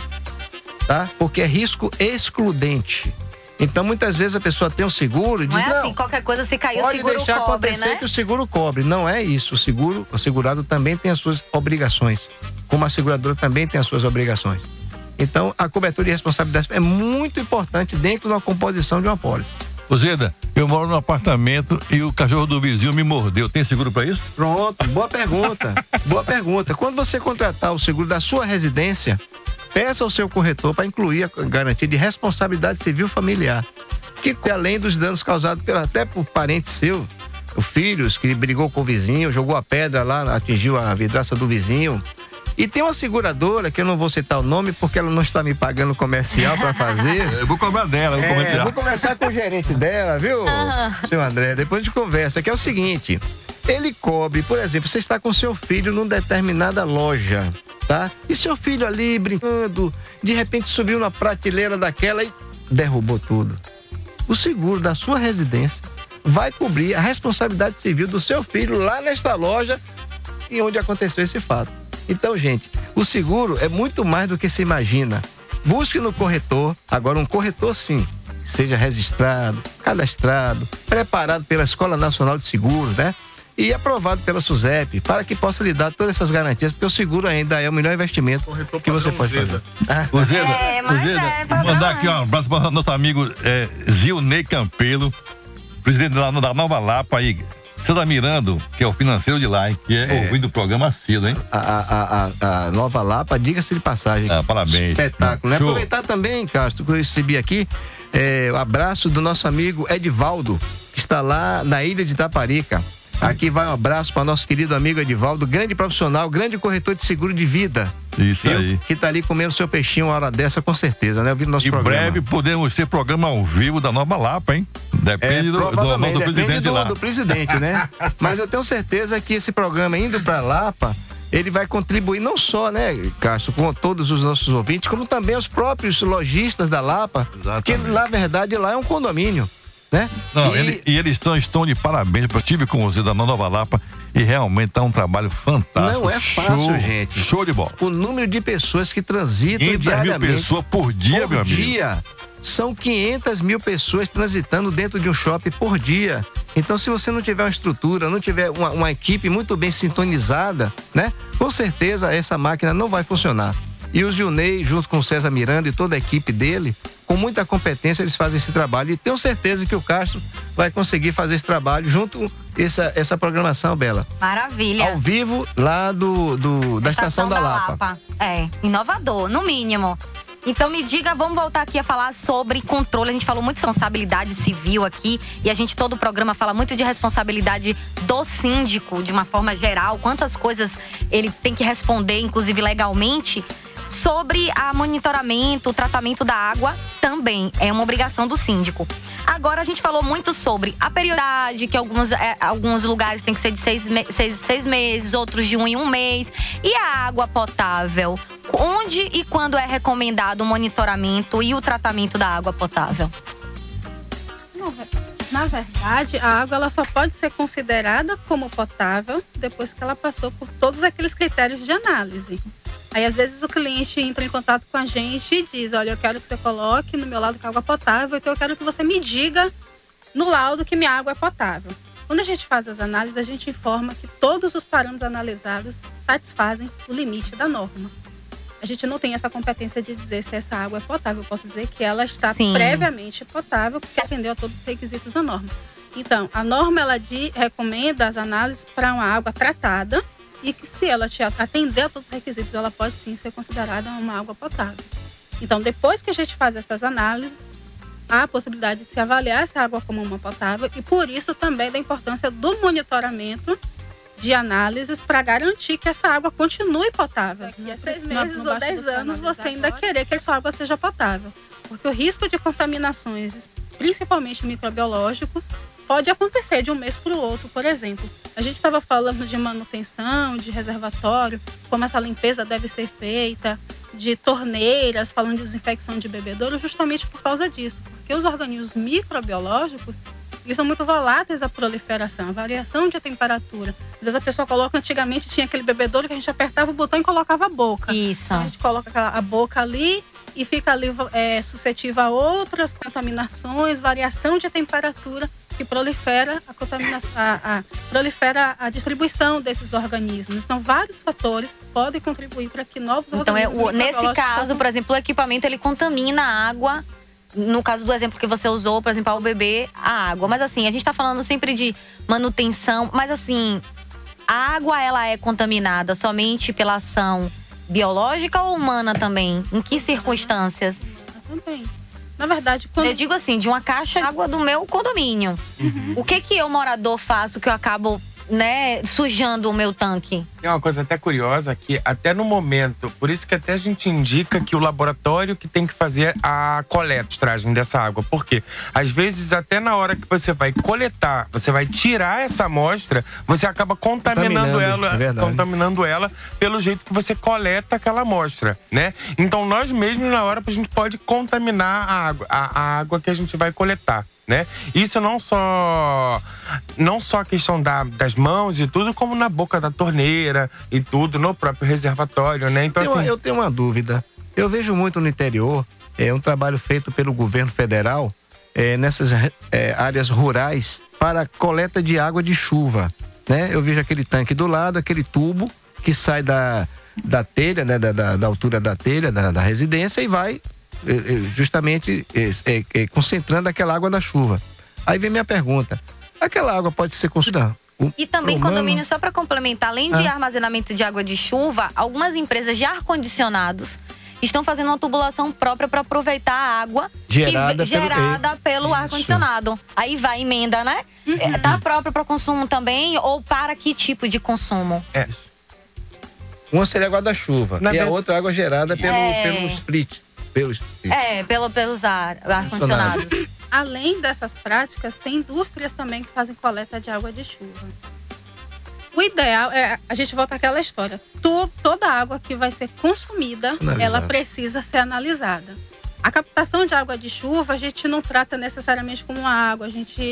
tá? Porque é risco excludente. Então, muitas vezes a pessoa tem um seguro e diz, não é assim, qualquer coisa se cair o seguro cobre, pode deixar acontecer, né? Que o seguro cobre. Não é isso. O segurado também tem as suas obrigações, como a seguradora também tem as suas obrigações. Então, a cobertura de responsabilidade é muito importante dentro da composição de uma pólice. Ô Zeda, eu moro num apartamento e o cachorro do vizinho me mordeu. Tem seguro para isso? Pronto, boa pergunta. Boa pergunta. Quando você contratar o seguro da sua residência, peça ao seu corretor para incluir a garantia de responsabilidade civil familiar, que além dos danos causados até por parente seu, o filho que brigou com o vizinho, jogou a pedra lá, atingiu a vidraça do vizinho. E tem uma seguradora, que eu não vou citar o nome, porque ela não está me pagando comercial para fazer. Eu vou cobrar dela, vou conversar com o gerente dela, viu, seu André? Depois de conversa, que é o seguinte, ele cobre, por exemplo, você está com seu filho numa determinada loja, tá? E seu filho ali brincando, de repente subiu na prateleira daquela e derrubou tudo. O seguro da sua residência vai cobrir a responsabilidade civil do seu filho lá nesta loja e onde aconteceu esse fato. Então, gente, o seguro é muito mais do que se imagina. Busque no corretor, agora um corretor sim, seja registrado, cadastrado, preparado pela Escola Nacional de Seguros, né? E aprovado pela SUSEP, para que possa lhe dar todas essas garantias, porque o seguro ainda é o melhor investimento que você pode fazer. Ô Zeda, vou mandar aqui um abraço para o nosso amigo Zilnei Campelo, presidente da Nova Lapa aí. Você tá mirando, que é o financeiro de lá, hein? Que é ouvindo o programa cedo, hein? A Nova Lapa, diga-se de passagem. Parabéns. Espetáculo, né? Aproveitar também, Castro, que eu recebi aqui, o abraço do nosso amigo Edivaldo, que está lá na ilha de Itaparica. Aqui vai um abraço para nosso querido amigo Edivaldo, grande profissional, grande corretor de seguro de vida. Isso aí. Que tá ali comendo seu peixinho uma hora dessa, com certeza, né? Ouvindo nosso programa. Em breve podemos ter programa ao vivo da Nova Lapa, hein? Depende do presidente lá. Do presidente, né? Mas eu tenho certeza que esse programa indo para Lapa, ele vai contribuir não só, né, Castro, com todos os nossos ouvintes, como também os próprios lojistas da Lapa. Exatamente. Que na verdade lá é um condomínio, né? Não, eles estão de parabéns. Eu estive com você da Nova Lapa e realmente tá um trabalho fantástico. Não é fácil, gente. Show de bola. O número de pessoas que transitam diariamente. 500 mil pessoas por dia, meu amigo. Por dia. São 500 mil pessoas transitando dentro de um shopping por dia. Então, se você não tiver uma estrutura, não tiver uma equipe muito bem sintonizada, né? Com certeza essa máquina não vai funcionar. E o Gilney, junto com o César Miranda e toda a equipe dele, com muita competência, eles fazem esse trabalho. E tenho certeza que o Castro vai conseguir fazer esse trabalho junto essa programação, Bela. Maravilha. Ao vivo, lá da Estação da Lapa. Inovador, no mínimo. Então me diga, vamos voltar aqui a falar sobre controle. A gente falou muito de responsabilidade civil aqui e a gente todo o programa fala muito de responsabilidade do síndico de uma forma geral, quantas coisas ele tem que responder, inclusive legalmente. Sobre a monitoramento, o tratamento da água também é uma obrigação do síndico. Agora, a gente falou muito sobre a periodicidade, que alguns lugares tem que ser de 6 meses, outros de 1 em 1 mês. E a água potável? Onde e quando é recomendado o monitoramento e o tratamento da água potável? Na verdade, a água ela só pode ser considerada como potável depois que ela passou por todos aqueles critérios de análise. Aí, às vezes, o cliente entra em contato com a gente e diz, olha, eu quero que você coloque no meu laudo que a água é potável, então eu quero que você me diga no laudo que minha água é potável. Quando a gente faz as análises, a gente informa que todos os parâmetros analisados satisfazem o limite da norma. A gente não tem essa competência de dizer se essa água é potável. Eu posso dizer que ela está previamente potável, porque atendeu a todos os requisitos da norma. Então, a norma ela recomenda as análises para uma água tratada e que, se ela atender a todos os requisitos, ela pode sim ser considerada uma água potável. Então, depois que a gente faz essas análises, há a possibilidade de se avaliar essa água como uma potável e, por isso, também da importância do monitoramento de análises para garantir que essa água continue potável. E há 6 meses ou 10 anos você ainda querer que a sua água seja potável. Porque o risco de contaminações, principalmente microbiológicos, pode acontecer de um mês para o outro, por exemplo. A gente estava falando de manutenção, de reservatório, como essa limpeza deve ser feita, de torneiras, falando de desinfecção de bebedouro, justamente por causa disso. Porque os organismos microbiológicos, eles são muito voláteis à proliferação, à variação de temperatura. Às vezes a pessoa coloca, antigamente tinha aquele bebedouro que a gente apertava o botão e colocava a boca. Isso. Então, a gente coloca a boca ali e fica ali suscetível a outras contaminações, variação de temperatura que prolifera a contaminação, prolifera a distribuição desses organismos. Então, vários fatores podem contribuir para que novos organismos... Então, nesse caso, por exemplo, o equipamento ele contamina a água. No caso do exemplo que você usou, por exemplo, ao beber a água. Mas assim, a gente está falando sempre de manutenção. Mas assim, a água ela é contaminada somente pela ação biológica ou humana também? Em que circunstâncias? Também. Na verdade, quando... Eu digo assim, de uma caixa de água do meu condomínio. O que eu, morador, faço que eu acabo, sujando o meu tanque? Tem uma coisa até curiosa que até no momento, por isso que até a gente indica que o laboratório que tem que fazer a coletagem dessa água. Por quê? Às vezes, até na hora que você vai coletar, você vai tirar essa amostra, você acaba contaminando ela pelo jeito que você coleta aquela amostra, né? Então, nós mesmos, na hora, a gente pode contaminar a água que a gente vai coletar, né? Isso não só a questão das mãos e tudo, como na boca da torneira e tudo, no próprio reservatório, né? Então, eu tenho uma dúvida. Eu vejo muito no interior, um trabalho feito pelo governo federal, nessas áreas rurais, para coleta de água de chuva, né? Eu vejo aquele tanque do lado, aquele tubo que sai da telha, né? Da altura da telha, da residência, e vai justamente concentrando aquela água da chuva. Aí vem minha pergunta: aquela água pode ser consumida? E também, condomínio, só para complementar, além de armazenamento de água de chuva, algumas empresas de ar-condicionados estão fazendo uma tubulação própria para aproveitar a água gerada pelo ar-condicionado. Aí vai emenda, né? Tá própria para consumo também, ou para que tipo de consumo? Uma seria água da chuva e a outra água gerada pelo split. Pelos ar-condicionados. Além dessas práticas, tem indústrias também que fazem coleta de água de chuva. O ideal é, a gente volta àquela história, toda água que vai ser consumida, ela precisa ser analisada. A captação de água de chuva, a gente não trata necessariamente como uma água,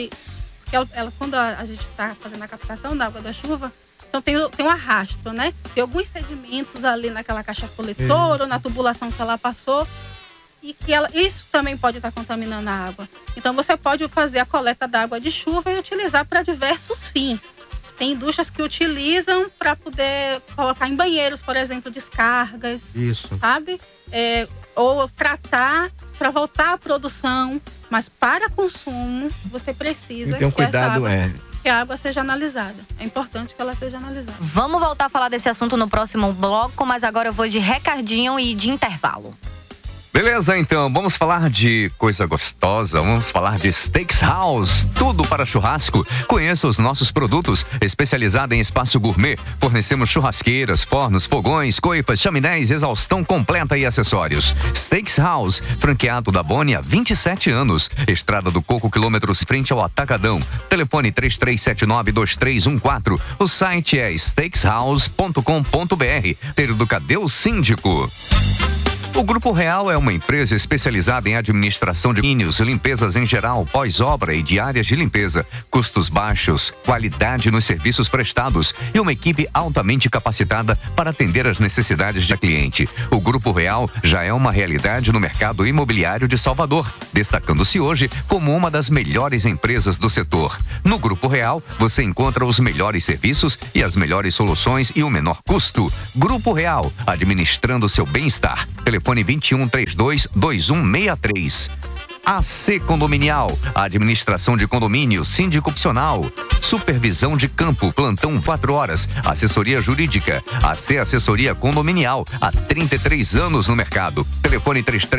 quando a gente está fazendo a captação da água da chuva, então tem um arrasto, né? Tem alguns sedimentos ali naquela caixa coletora ou na tubulação que ela passou, e que isso também pode estar contaminando a água. Então, você pode fazer a coleta da água de chuva e utilizar para diversos fins. Tem indústrias que utilizam para poder colocar em banheiros, por exemplo, descargas. Isso. Sabe? Ou tratar para voltar à produção. Mas para consumo, você precisa que a água seja analisada. É importante que ela seja analisada. Vamos voltar a falar desse assunto no próximo bloco, mas agora eu vou de recadinho e de intervalo. Beleza, então, vamos falar de coisa gostosa, vamos falar de Steakhouse, tudo para churrasco. Conheça os nossos produtos, especializado em espaço gourmet. Fornecemos churrasqueiras, fornos, fogões, coipas, chaminés, exaustão completa e acessórios. Steakhouse, franqueado da Boni há 27 anos. Estrada do Coco, quilômetros frente ao Atacadão. Telefone 3379-2314. O site é steakhouse.com.br. Ter do Cadê o Síndico? O Grupo Real é uma empresa especializada em administração de condomínios, limpezas em geral, pós-obra e de áreas de limpeza, custos baixos, qualidade nos serviços prestados e uma equipe altamente capacitada para atender às necessidades da cliente. O Grupo Real já é uma realidade no mercado imobiliário de Salvador, destacando-se hoje como uma das melhores empresas do setor. No Grupo Real, você encontra os melhores serviços e as melhores soluções e o menor custo. Grupo Real, administrando seu bem-estar. Telefone 2132-2163. AC Condominial, administração de condomínio, síndico opcional, supervisão de campo, plantão 4 horas, assessoria jurídica, AC Assessoria Condominial, há 33 anos no mercado. Telefone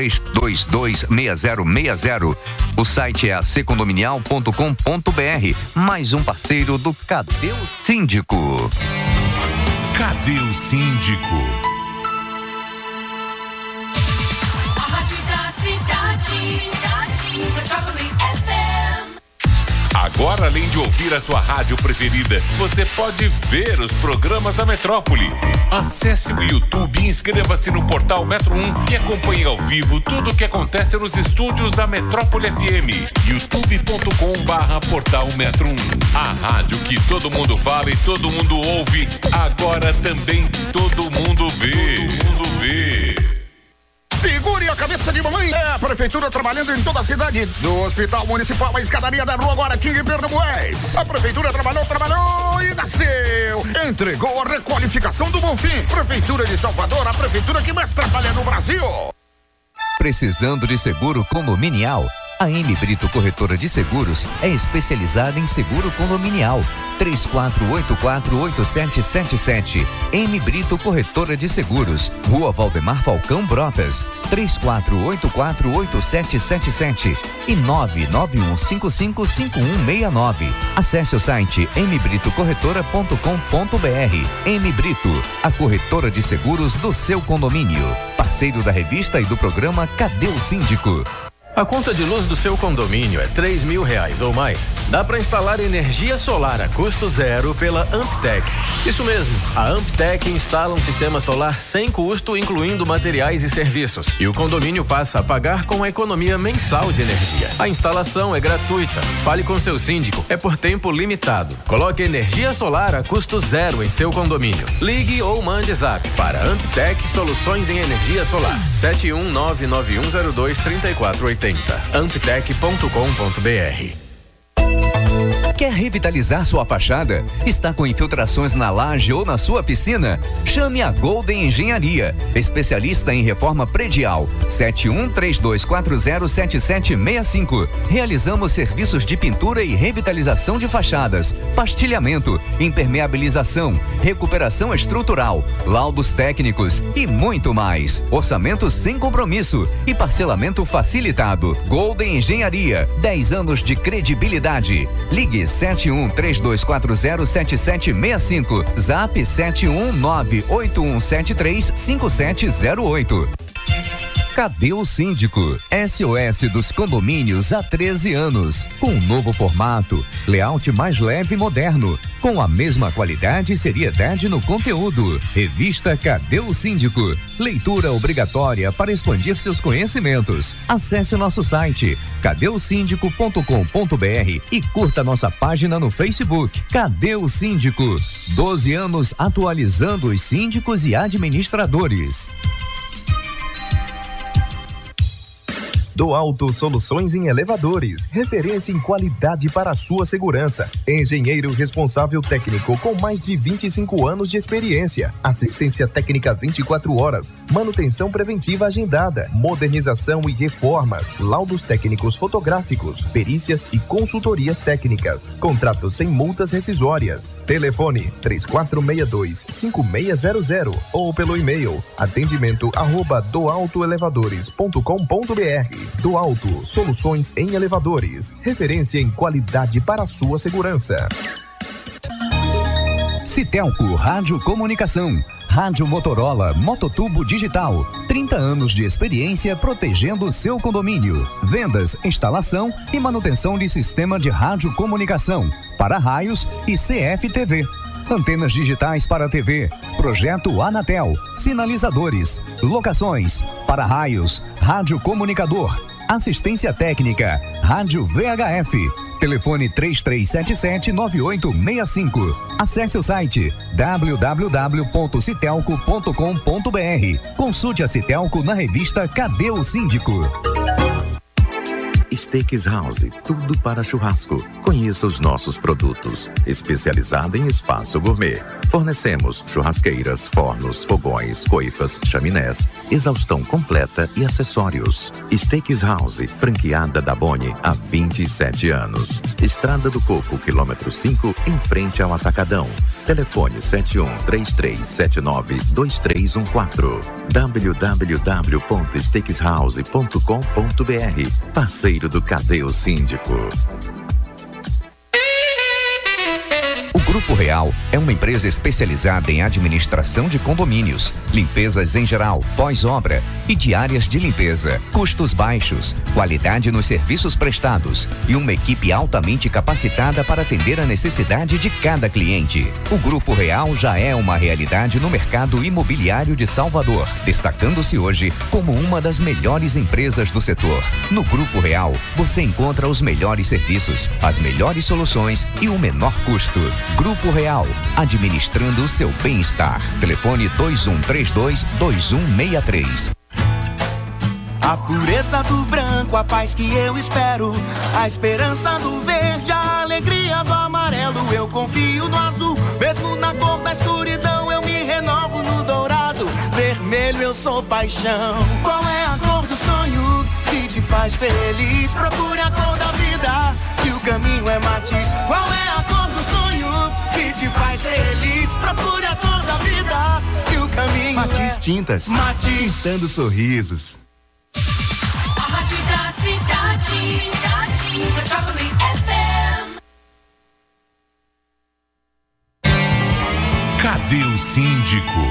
33226060. O site é accondominial.com.br. Mais um parceiro do Cadê o Síndico? Cadê o Síndico? Agora, além de ouvir a sua rádio preferida, você pode ver os programas da Metrópole. Acesse o YouTube e inscreva-se no portal Metro 1 e acompanhe ao vivo tudo o que acontece nos estúdios da Metrópole FM. youtube.com/portal Metro 1. A rádio que todo mundo fala e todo mundo ouve, agora também todo mundo vê. Todo mundo vê. Segure a cabeça de mamãe. É a prefeitura trabalhando em toda a cidade. Do Hospital Municipal, a escadaria da Rua Guaratinga em Pernambués. A prefeitura trabalhou e nasceu. Entregou a requalificação do Bonfim. Prefeitura de Salvador, a prefeitura que mais trabalha no Brasil. Precisando de seguro condominial? A M Brito Corretora de Seguros é especializada em seguro condominial. 3484-8777. M Brito Corretora de Seguros. Rua Valdemar Falcão Brotas. 3484-8777 e 991555169. Acesse o site mbritocorretora.com.br. M Brito, a corretora de seguros do seu condomínio. Parceiro da revista e do programa Cadê o Síndico? A conta de luz do seu condomínio é R$3.000 ou mais. Dá para instalar energia solar a custo zero pela Amptec. Isso mesmo, a Amptec instala um sistema solar sem custo, incluindo materiais e serviços. E o condomínio passa a pagar com a economia mensal de energia. A instalação é gratuita. Fale com seu síndico, é por tempo limitado. Coloque energia solar a custo zero em seu condomínio. Ligue ou mande zap para Amptec Soluções em Energia Solar. 71991023480. amptec.com.br. Quer revitalizar sua fachada? Está com infiltrações na laje ou na sua piscina? Chame a Golden Engenharia, especialista em reforma predial. 7132407765. Realizamos serviços de pintura e revitalização de fachadas, pastilhamento, impermeabilização, recuperação estrutural, laudos técnicos e muito mais. Orçamento sem compromisso e parcelamento facilitado. Golden Engenharia, 10 anos de credibilidade. Ligue 7132407765. Zap 71981735708. Cadê o Síndico? SOS dos condomínios há 13 anos. Com um novo formato, layout mais leve e moderno, com a mesma qualidade e seriedade no conteúdo. Revista Cadê o Síndico? Leitura obrigatória para expandir seus conhecimentos. Acesse nosso site cadeosíndico.com.br e curta nossa página no Facebook. Cadê o Síndico? 12 anos atualizando os síndicos e administradores. Do Alto Soluções em Elevadores, referência em qualidade para a sua segurança. Engenheiro responsável técnico com mais de 25 anos de experiência. Assistência técnica 24 horas, manutenção preventiva agendada, modernização e reformas, laudos técnicos fotográficos, perícias e consultorias técnicas. Contratos sem multas rescisórias. Telefone 3462-5600 ou pelo e-mail atendimento@doaltoelevadores.com.br. Do Alto Soluções em Elevadores, referência em qualidade para a sua segurança. Citelco Rádio Comunicação. Rádio Motorola Mototubo Digital. 30 anos de experiência protegendo seu condomínio. Vendas, instalação e manutenção de sistema de rádio comunicação, para-raios e CFTV. Antenas digitais para TV, projeto Anatel, sinalizadores, locações, para-raios, rádio comunicador, assistência técnica, rádio VHF. Telefone 3377-9865. Acesse o site www.citelco.com.br. Consulte a Citelco na revista Cadê o Síndico? Steaks House, tudo para churrasco. Conheça os nossos produtos. Especializada em espaço gourmet. Fornecemos churrasqueiras, fornos, fogões, coifas, chaminés, exaustão completa e acessórios. Steaks House, franqueada da Boni há 27 anos. Estrada do Coco, quilômetro 5, em frente ao Atacadão. Telefone 7133792314. www.steakshouse.com.br. Parceiro do Cadê o Síndico? O Grupo Real é uma empresa especializada em administração de condomínios, limpezas em geral, pós-obra e diárias de limpeza, custos baixos, qualidade nos serviços prestados e uma equipe altamente capacitada para atender a necessidade de cada cliente. O Grupo Real já é uma realidade no mercado imobiliário de Salvador, destacando-se hoje como uma das melhores empresas do setor. No Grupo Real, você encontra os melhores serviços, as melhores soluções e o menor custo. Grupo Real, administrando o seu bem-estar. Telefone 2132-2163. A pureza do branco, a paz que eu espero, a esperança do verde, a alegria do amarelo. Eu confio no azul, mesmo na cor da escuridão. Eu me renovo no dourado, vermelho eu sou paixão. Qual é a cor do sonho que te faz feliz? Procure a cor da vida, que o caminho é matiz. Qual é a cor do sonho que te faz feliz? Procure a cor da vida, que o caminho Matiz Tintas. Matiz. Pintando sorrisos. A rádio da cidade, Metrópole FM. Cadê o Síndico?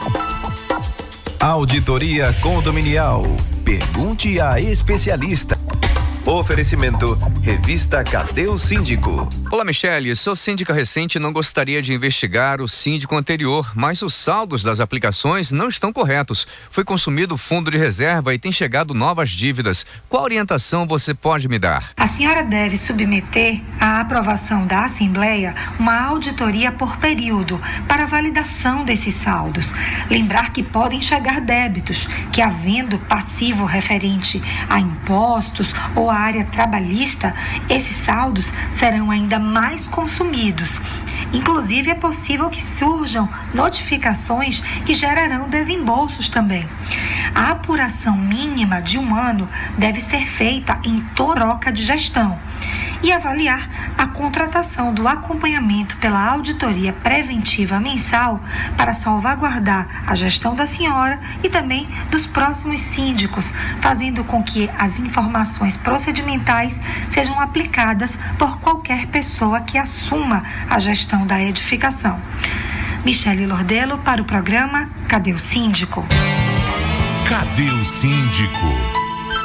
Auditoria Condominial. Pergunte a especialista. Oferecimento, revista Cadê o Síndico? Olá, Michele. Sou síndica recente e não gostaria de investigar o síndico anterior, mas os saldos das aplicações não estão corretos. Foi consumido fundo de reserva e tem chegado novas dívidas. Qual orientação você pode me dar? A senhora deve submeter à aprovação da Assembleia uma auditoria por período para validação desses saldos. Lembrar que podem chegar débitos, que havendo passivo referente a impostos ou a área trabalhista, esses saldos serão ainda mais consumidos. Inclusive, é possível que surjam notificações que gerarão desembolsos também. A apuração mínima de 1 ano deve ser feita em toda troca de gestão e avaliar a contratação do acompanhamento pela auditoria preventiva mensal para salvaguardar a gestão da senhora e também dos próximos síndicos, fazendo com que as informações procedimentais sejam aplicadas por qualquer pessoa que assuma a gestão da edificação. Michele Lordelo para o programa Cadê o Síndico? Cadê o Síndico?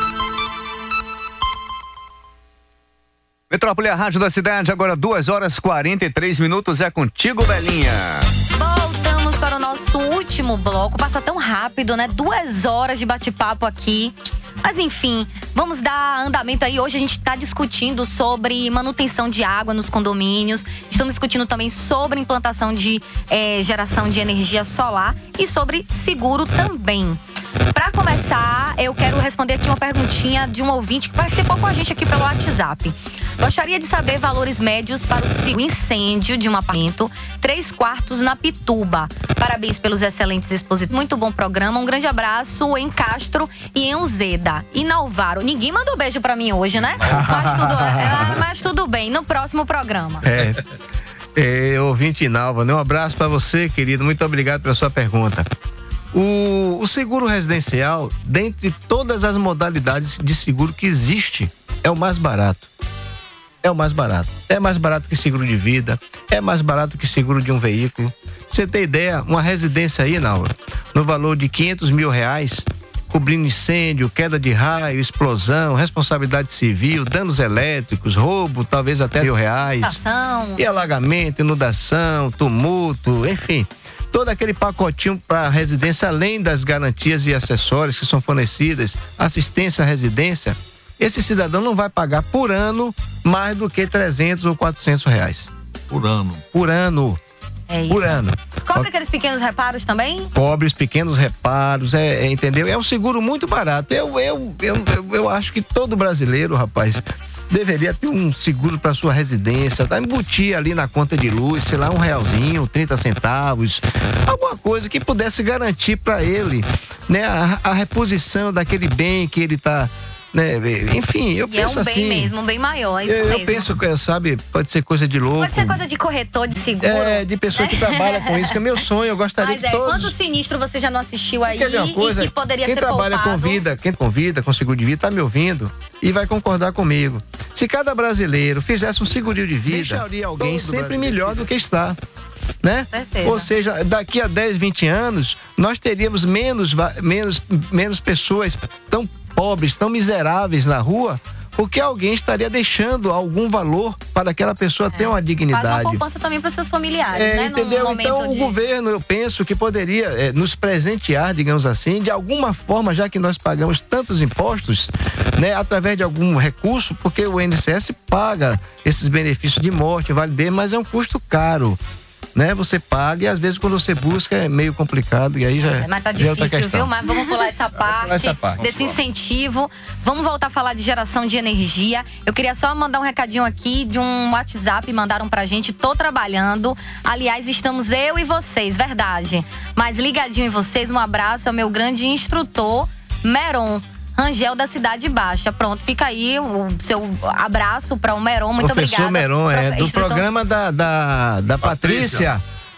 Metrópole, a rádio da cidade, agora 2h43. É contigo, Belinha. Voltamos para o nosso último bloco. Passa tão rápido, né? 2 horas de bate-papo aqui. Mas enfim, vamos dar andamento aí. Hoje a gente está discutindo sobre manutenção de água nos condomínios. Estamos discutindo também sobre implantação de geração de energia solar e sobre seguro também. Para começar, eu quero responder aqui uma perguntinha de um ouvinte que participou com a gente aqui pelo WhatsApp. Gostaria de saber valores médios para o incêndio de um apartamento 3 quartos na Pituba. Parabéns pelos excelentes expositores. Muito bom programa. Um grande abraço em Castro e em Uzeda. E na Alvaro. Ninguém mandou beijo para mim hoje, né? Mas tudo bem. No próximo programa. Ouvinte Inalva, né? Um abraço para você, querido. Muito obrigado pela sua pergunta. O seguro residencial, dentre todas as modalidades de seguro que existe, é o mais barato. É o mais barato. É mais barato que seguro de vida, é mais barato que seguro de um veículo. Pra você ter ideia, uma residência aí, Naura, no valor de R$500 mil, cobrindo incêndio, queda de raio, explosão, responsabilidade civil, danos elétricos, roubo, talvez até R$1.000. Inundação. E alagamento, inundação, tumulto, enfim. Todo aquele pacotinho para residência, além das garantias e acessórios que são fornecidas, assistência à residência, esse cidadão não vai pagar por ano mais do que R$300 ou R$400. Por ano. Por ano. É isso. Por ano. Cobre aqueles pequenos reparos também? Cobre os pequenos reparos, entendeu? É um seguro muito barato. Eu acho que todo brasileiro, rapaz, deveria ter um seguro para sua residência, tá? Embutir ali na conta de luz, sei lá, R$1, 30 centavos, alguma coisa que pudesse garantir para ele, né, a reposição daquele bem que ele tá, né? Enfim, eu penso assim. É um bem mesmo, um bem maior, isso eu mesmo. penso que, sabe, pode ser coisa de louco. Pode ser coisa de corretor de seguro. De pessoa que trabalha com isso, que é meu sonho, eu gostaria Mas que todos... quanto sinistro você já não assistiu aí Quer ver uma coisa? e que poderia quem ser trabalha poupado? quem convida com seguro de vida tá me ouvindo e vai concordar comigo. Se cada brasileiro fizesse um segurinho de vida, deixaria alguém sempre melhor do que está, né? Certeza. Ou seja, daqui a 10, 20 anos, nós teríamos menos pessoas tão pobres, tão miseráveis na rua, porque alguém estaria deixando algum valor para aquela pessoa ter uma dignidade. Faz uma poupança também para seus familiares, né? Entendeu? No momento Então o governo, eu penso que poderia nos presentear, digamos assim, de alguma forma, já que nós pagamos tantos impostos, né, através de algum recurso, porque o INSS paga esses benefícios de morte, invalidez, mas é um custo caro. Né? Você paga e às vezes quando você busca é meio complicado e aí já mas tá já é outra difícil, questão. viu? Mas vamos pular essa parte, desse incentivo. Vamos voltar a falar de geração de energia. Eu queria só mandar um recadinho aqui de um WhatsApp, mandaram pra gente, tô trabalhando. Aliás, estamos eu e vocês, verdade. Mas ligadinho em vocês, um abraço ao meu grande instrutor, Meron Rangel da Cidade Baixa. Pronto, fica aí o seu abraço para o Meron. Muito obrigada. Professor Meron, do programa da Patrícia.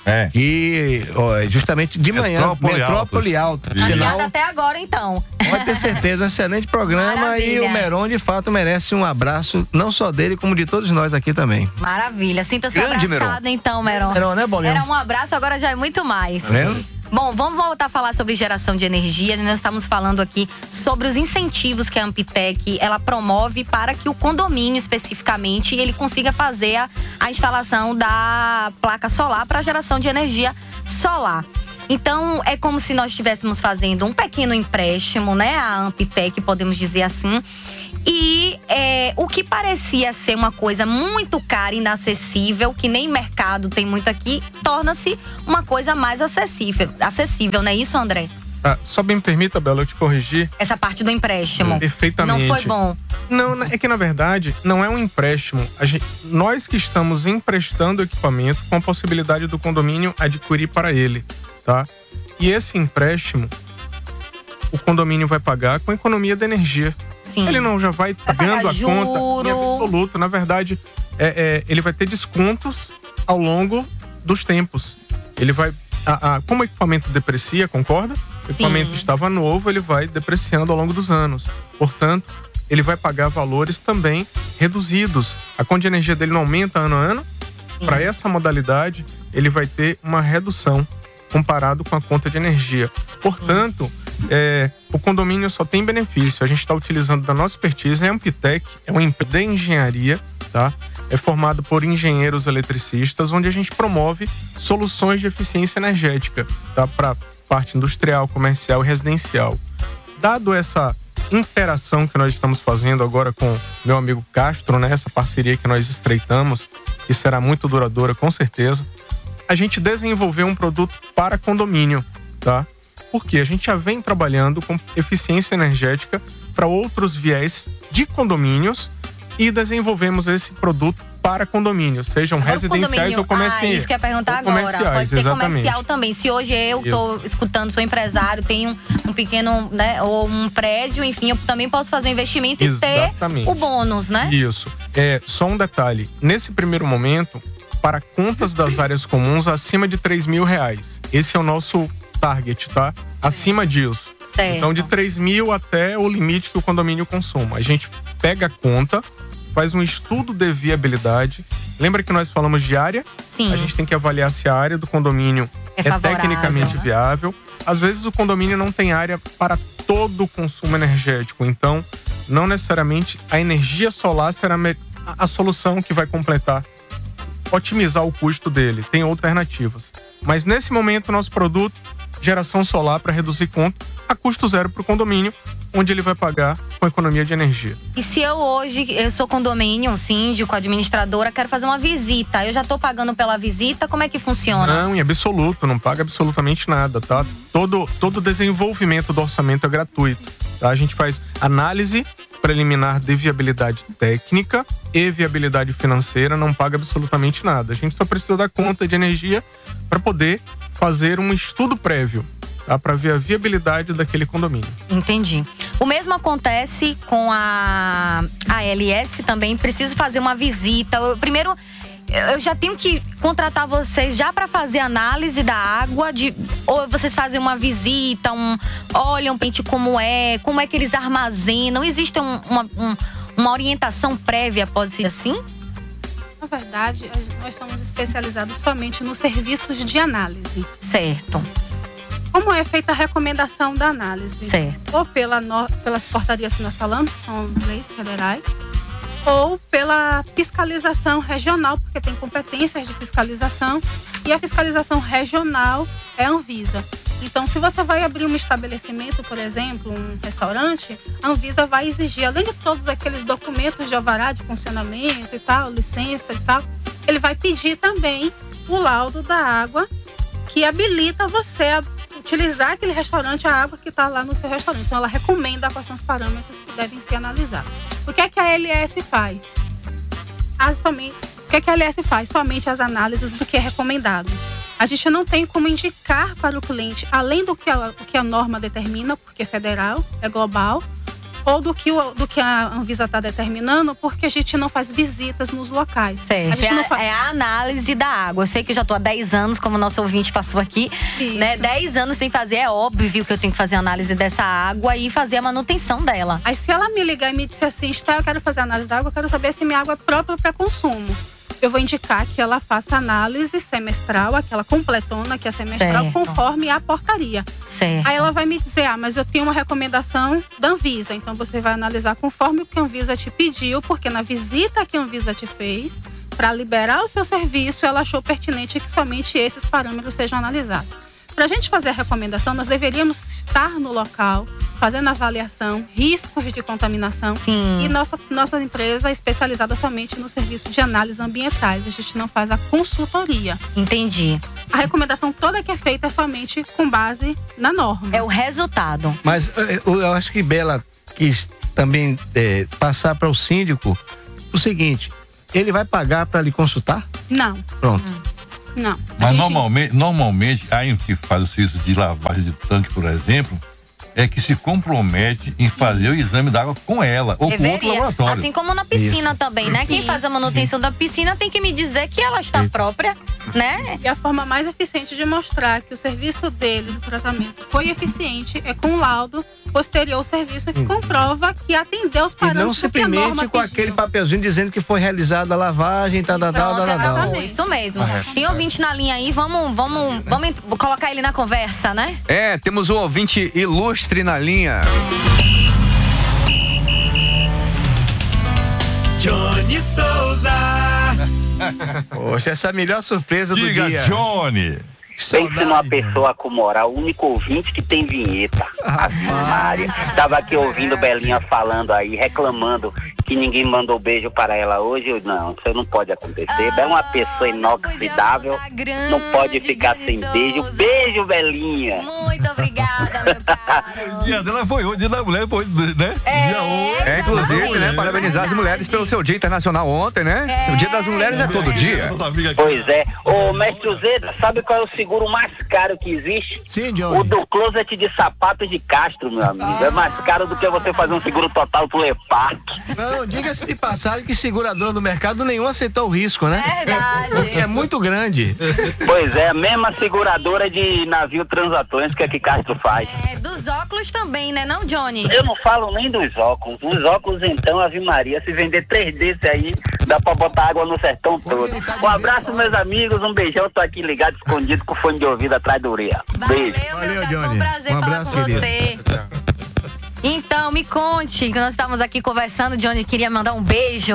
Que justamente de manhã, Metrópole Alto. Obrigada até agora, então. Pode ter certeza, um excelente programa. Maravilha. E o Meron, de fato, merece um abraço, não só dele, como de todos nós aqui também. Maravilha. Sinta-se Grande abraçado, então, Meron. Meron, né, Bolinho? Era um abraço, agora já é muito mais. Bom, vamos voltar a falar sobre geração de energia. Nós estamos falando aqui sobre os incentivos que a Amptec ela promove para que o condomínio, especificamente, ele consiga fazer a instalação da placa solar para geração de energia solar. Então, é como se nós estivéssemos fazendo um pequeno empréstimo, né? A Amptec, podemos dizer assim. E o que parecia ser uma coisa muito cara e inacessível, que nem mercado tem muito aqui, torna-se uma coisa mais acessível, não é isso, André? Só me permita, Bela, eu te corrigir. Essa parte do empréstimo. Perfeitamente. Não foi bom. Não, é que na verdade não é um empréstimo. Nós que estamos emprestando equipamento com a possibilidade do condomínio adquirir para ele, tá? E esse empréstimo, o condomínio vai pagar com a economia da energia. Sim. Ele não já vai pagando a juro. conta em absoluto. Na verdade, ele vai ter descontos ao longo dos tempos. Ele vai... como o equipamento deprecia, concorda? O equipamento estava novo, ele vai depreciando ao longo dos anos. Portanto, ele vai pagar valores também reduzidos. A conta de energia dele não aumenta ano a ano. Para essa modalidade, ele vai ter uma redução comparado com a conta de energia. Portanto, o condomínio só tem benefício. A gente está utilizando da nossa expertise. A Amptec é uma empresa de engenharia, tá? É formado por engenheiros eletricistas, onde a gente promove soluções de eficiência energética, tá? Para parte industrial, comercial e residencial. Dado essa interação que nós estamos fazendo agora com meu amigo Castro, né? Essa parceria que nós estreitamos, que será muito duradoura, com certeza. A gente desenvolveu um produto para condomínio, tá? Porque a gente já vem trabalhando com eficiência energética para outros viés de condomínios e desenvolvemos esse produto para condomínios, sejam Agora, residenciais ou comerciais. Isso que eu ia perguntar agora. Pode ser comercial também. Se hoje eu estou escutando, sou empresário, tenho um pequeno, né, ou um prédio, enfim, eu também posso fazer um investimento e ter o bônus, né? Isso. Só um detalhe. Nesse primeiro momento, para contas das áreas comuns acima de R$3.000. Esse é o nosso target, tá? Acima disso. Certo. Então, de 3.000 até o limite que o condomínio consuma. A gente pega a conta, faz um estudo de viabilidade. Lembra que nós falamos de área? Sim. A gente tem que avaliar se a área do condomínio é tecnicamente viável. Às vezes o condomínio não tem área para todo o consumo energético. Então, não necessariamente a energia solar será a solução que vai completar, otimizar o custo dele. Tem alternativas. Mas nesse momento, nosso produto, geração solar para reduzir conta, a custo zero para o condomínio, onde ele vai pagar com economia de energia. E se eu sou condomínio, síndico, administradora, quero fazer uma visita, eu já estou pagando pela visita, como é que funciona? Não, em absoluto, não paga absolutamente nada, tá? Todo desenvolvimento do orçamento é gratuito, tá? A gente faz análise preliminar de viabilidade técnica e viabilidade financeira, não paga absolutamente nada. A gente só precisa da conta de energia para poder fazer um estudo prévio, tá? Para ver a viabilidade daquele condomínio. Entendi. O mesmo acontece com a ALS também. Preciso fazer uma visita. Primeiro, eu já tenho que contratar vocês já para fazer análise da água, ou vocês fazem uma visita, olham como é que eles armazenam. Existe uma orientação prévia, pode ser assim? Na verdade, nós somos especializados somente nos serviços de análise. Certo. Como é feita a recomendação da análise? Certo. Ou pelas portarias que nós falamos, que são leis federais, ou pela fiscalização regional, porque tem competências de fiscalização, e a fiscalização regional é a Anvisa. Então, se você vai abrir um estabelecimento, por exemplo, um restaurante, a Anvisa vai exigir, além de todos aqueles documentos de alvará de funcionamento e tal, licença e tal, ele vai pedir também o laudo da água que habilita você a utilizar aquele restaurante, a água que está lá no seu restaurante. Então, ela recomenda quais são os parâmetros que devem ser analisados. O que é que a ALS faz? O que é que a ALS faz? Somente as análises do que é recomendado. A gente não tem como indicar para o cliente, além do que a norma determina, porque é federal, é global, ou do que a Anvisa está determinando, porque a gente não faz visitas nos locais. Certo. É a análise da água. Eu sei que eu já estou há 10 anos, como o nosso ouvinte passou aqui, né? 10 anos sem fazer, é óbvio que eu tenho que fazer a análise dessa água e fazer a manutenção dela. Aí se ela me ligar e me disser assim, eu quero fazer a análise da água, eu quero saber se minha água é própria para consumo. Eu vou indicar que ela faça análise semestral, aquela completona que é semestral, certo, conforme a portaria. Certo. Aí ela vai me dizer, mas eu tenho uma recomendação da Anvisa. Então você vai analisar conforme o que a Anvisa te pediu, porque na visita que a Anvisa te fez, para liberar o seu serviço, ela achou pertinente que somente esses parâmetros sejam analisados. Para a gente fazer a recomendação, nós deveríamos estar no local, fazendo avaliação, riscos de contaminação. Sim. E nossa empresa é especializada somente no serviço de análise ambientais. A gente não faz a consultoria. Entendi. A recomendação toda que é feita é somente com base na norma. É o resultado. Mas eu acho que Bela quis também passar para o síndico o seguinte: ele vai pagar para lhe consultar? Não. Pronto. Não. Mas normalmente, aí que faz o serviço de lavagem de tanque, por exemplo, é que se compromete em fazer o exame d'água com ela ou com outro laboratório. Assim como na piscina Isso. também, né? Quem faz a manutenção da piscina tem que me dizer que ela está própria, né? E a forma mais eficiente de mostrar que o serviço deles, o tratamento, foi eficiente é com um laudo posterior ao serviço que comprova que atendeu os E parâmetros não simplesmente com aquele papelzinho dizendo que foi realizada a lavagem, tal. Isso mesmo. Tem ouvinte na linha aí, vamos colocar ele na conversa, né? Temos um ouvinte ilustre na linha. Johnny Souza. Poxa, essa é a melhor surpresa do dia. Diga, Johnny. Pense numa pessoa com moral, o único ouvinte que tem vinheta. A Simária. Tava aqui ouvindo Belinha falando aí, reclamando que ninguém mandou beijo para ela hoje. Não, isso não pode acontecer. É uma pessoa inoxidável, não pode ficar sem beijo. Beijo, Belinha. Muito Muito obrigada, meu caro. O dia dela foi hoje, o dia da mulher foi, né? Dia hoje. Inclusive, né? Parabenizar as mulheres pelo seu dia internacional ontem, né? O dia das mulheres é todo dia. Pois é. Ô, mestre Zeda, sabe qual é o seguro mais caro que existe? Sim, Johnny. O do closet de sapatos de Castro, meu amigo. É mais caro do que você fazer um seguro total pro Leparto. Não, diga-se de passagem que seguradora do mercado nenhum aceitou o risco, né? Verdade. É muito grande. Pois é, a mesma seguradora de navio transatlântico que Castro faz. Dos óculos também, né, não, Johnny? Eu não falo nem dos óculos. Os óculos, então, Ave Maria, se vender 3 desses aí, dá pra botar água no sertão todo. Um abraço, meus amigos, um beijão, tô aqui ligado, escondido, com fone de ouvido atrás da orelha. Beijo. Valeu, Foi um prazer falar com você. Então, me conte, que nós estávamos aqui conversando, Johnny queria mandar um beijo.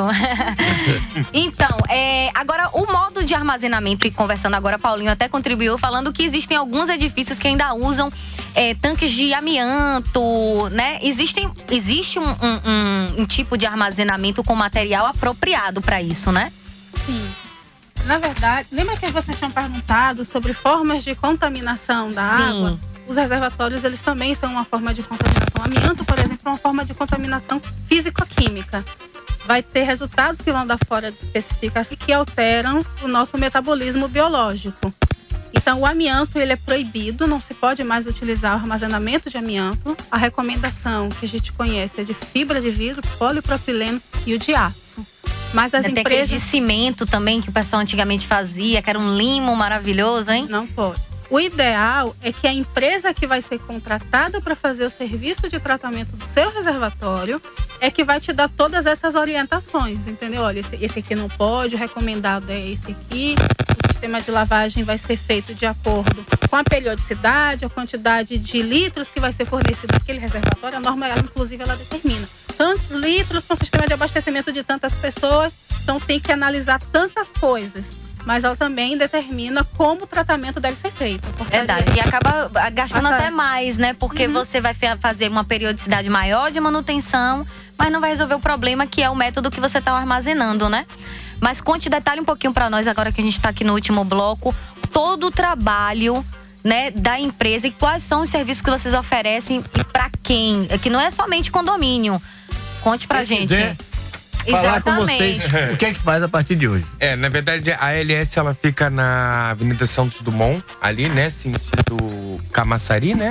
Então, agora o modo de armazenamento, e conversando agora, Paulinho até contribuiu falando que existem alguns edifícios que ainda usam tanques de amianto, né? Existe um tipo de armazenamento com material apropriado para isso, né? Sim. Na verdade, lembra que vocês tinham perguntado sobre formas de contaminação da água? Os reservatórios, eles também são uma forma de contaminação. O amianto, por exemplo, é uma forma de contaminação físico-química. Vai ter resultados que vão dar fora de especificação que alteram o nosso metabolismo biológico. Então, o amianto, ele é proibido, não se pode mais utilizar o armazenamento de amianto. A recomendação que a gente conhece é de fibra de vidro, polipropileno e o de aço. Mas as Tem empresas... aquele de cimento também, que o pessoal antigamente fazia, que era um limo maravilhoso, hein? Não pode. O ideal é que a empresa que vai ser contratada para fazer o serviço de tratamento do seu reservatório é que vai te dar todas essas orientações, entendeu? Olha, esse aqui não pode, o recomendado é esse aqui. O sistema de lavagem vai ser feito de acordo com a periodicidade, a quantidade de litros que vai ser fornecido naquele reservatório. A norma, inclusive, ela determina tantos litros para o sistema de abastecimento de tantas pessoas, então tem que analisar tantas coisas. Mas ela também determina como o tratamento deve ser feito. Verdade. E acaba gastando até mais, né? Porque você vai fazer uma periodicidade maior de manutenção, mas não vai resolver o problema que é o método que você está armazenando, né? Mas conte, detalhe um pouquinho para nós, agora que a gente está aqui no último bloco, todo o trabalho, né, da empresa e quais são os serviços que vocês oferecem e para quem. Que não é somente condomínio. Conte pra gente. Falar com vocês o que é que faz a partir de hoje. Na verdade, a ALS, ela fica na Avenida Santos Dumont, ali, né, sentido Camaçari, né?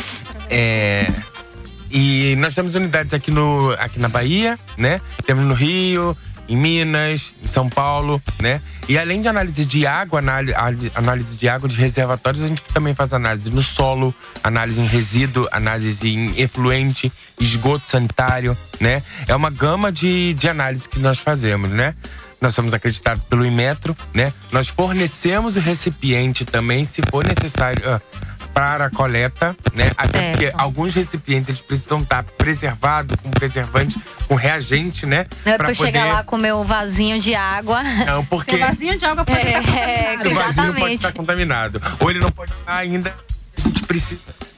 E nós temos unidades aqui na Bahia, né? Temos no Rio, em Minas, em São Paulo, né? E além de análise de água, análise de água de reservatórios, a gente também faz análise no solo, análise em resíduo, análise em efluente, esgoto sanitário, né? É uma gama de análise que nós fazemos, né? Nós somos acreditados pelo Inmetro, né? Nós fornecemos o recipiente também, se for necessário, para a coleta, né? Até porque alguns recipientes eles precisam estar preservados com preservante, com reagente, né? Não é pra chegar lá com o meu vasinho de água. Não, porque Seu vasinho de água pode estar contaminado. o vasinho pode estar contaminado. Ou ele não pode estar ainda. A gente precisa.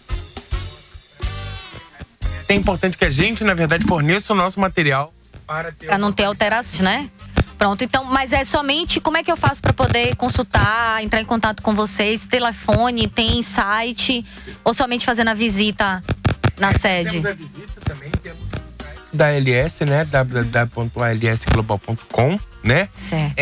É importante que a gente, na verdade, forneça o nosso material para não ter alterações, né? Pronto, então, mas é somente, como é que eu faço para poder consultar, entrar em contato com vocês? Telefone, tem site? Ou somente fazendo a visita na sede? Temos a visita também, temos o site da ALS, né? www.alsglobal.com, né? Certo.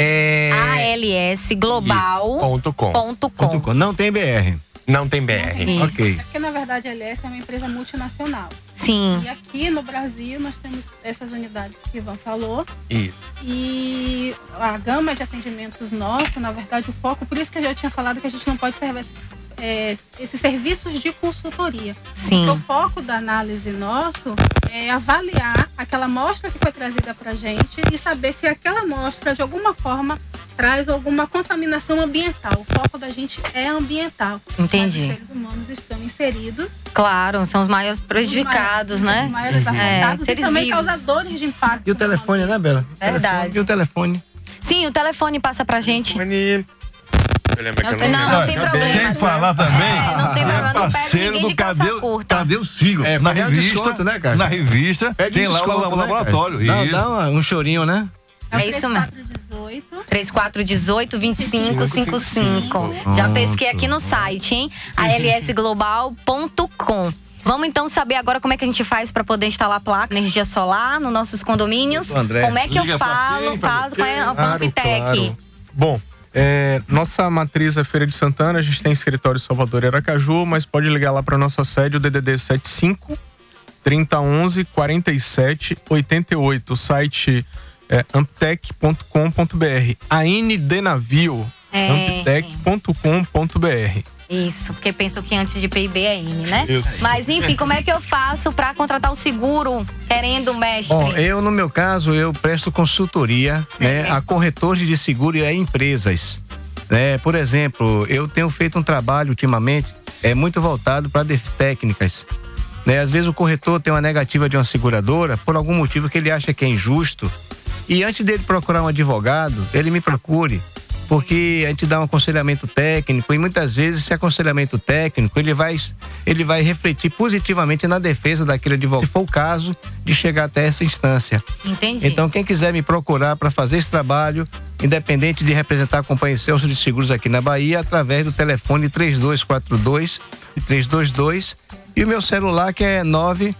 alsglobal.com. Não tem BR. Não tem BR. Isso. Ok. É porque, na verdade, a ALS é uma empresa multinacional. Sim. E aqui no Brasil nós temos essas unidades que Ivan falou. Isso. E a gama de atendimentos nossa, na verdade, o foco, por isso que eu já tinha falado que a gente não pode servir esses serviços de consultoria. Sim. Porque o foco da análise nosso é avaliar aquela amostra que foi trazida pra gente e saber se aquela amostra, de alguma forma, traz alguma contaminação ambiental. O foco da gente é ambiental. Entendi. Mas os seres humanos estão inseridos. Claro, são os maiores prejudicados, né? Os maiores afetados e seres também vivos. causadores de impacto. E o telefone, né, Bela? Verdade. E o telefone? Sim, o telefone passa pra gente. Eu lembro que não tem problema. Sem falar também, não tem problema, não perde parceiro ninguém do de calça curta. Cadê o Siglo? Na pede um revista, desconto, né, Caixa? na revista Pede tem um lá desconto, o né, laboratório. Caixa? Isso. Dá um chorinho, né? É isso mesmo. 3418-2555. Já pesquei aqui no site, hein? alsglobal.com. Vamos então saber agora como é que a gente faz para poder instalar placa energia solar nos nossos condomínios. André, como é que eu liga pra falo quem, com a Amptec? Claro. Bom, nossa matriz é Feira de Santana, a gente tem escritório em Salvador e Aracaju, mas pode ligar lá para nossa sede, o DDD 75 3011 47 88. O site é amptec.com.br. AN de navio, amptec.com.br. Isso, porque pensam que antes de PIB é N, né? Isso. Mas enfim, como é que eu faço para contratar o seguro, querendo, mestre? Bom, no meu caso, eu presto consultoria, né, a corretores de seguro e a empresas. Por exemplo, eu tenho feito um trabalho ultimamente, muito voltado para técnicas. Às vezes o corretor tem uma negativa de uma seguradora por algum motivo que ele acha que é injusto. E antes dele procurar um advogado, ele me procure. Porque a gente dá um aconselhamento técnico e muitas vezes esse aconselhamento técnico ele vai refletir positivamente na defesa daquele advogado, se for o caso de chegar até essa instância. Entendi. Então quem quiser me procurar para fazer esse trabalho, independente de representar a companhia Celso de Seguros aqui na Bahia, através do telefone 3242-322 e o meu celular que é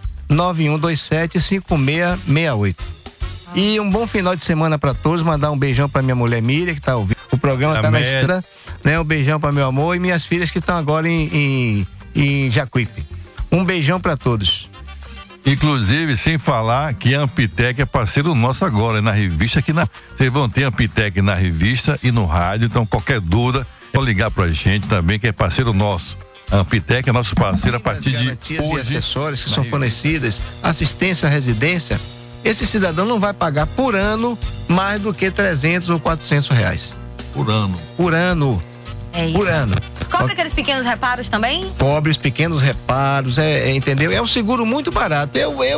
99127-5668. E um bom final de semana para todos. Mandar um beijão para minha mulher Miriam, que tá ouvindo. O programa tá na estrada, né? Um beijão para meu amor e minhas filhas que estão agora em Jacuípe. Um beijão para todos. Inclusive, sem falar que a Amptec é parceiro nosso agora, na revista aqui vocês vão ter a Amptec na revista e no rádio, então qualquer dúvida, pode ligar pra gente também, que é parceiro nosso. A Amptec é nosso parceiro a partir de garantias e acessórios que são fornecidas, assistência à residência. Esse cidadão não vai pagar por ano mais do que 300 ou 400 reais. Por ano. Por ano. É isso. Por ano. Cobre aqueles pequenos reparos também? Cobre os pequenos reparos, entendeu? É um seguro muito barato.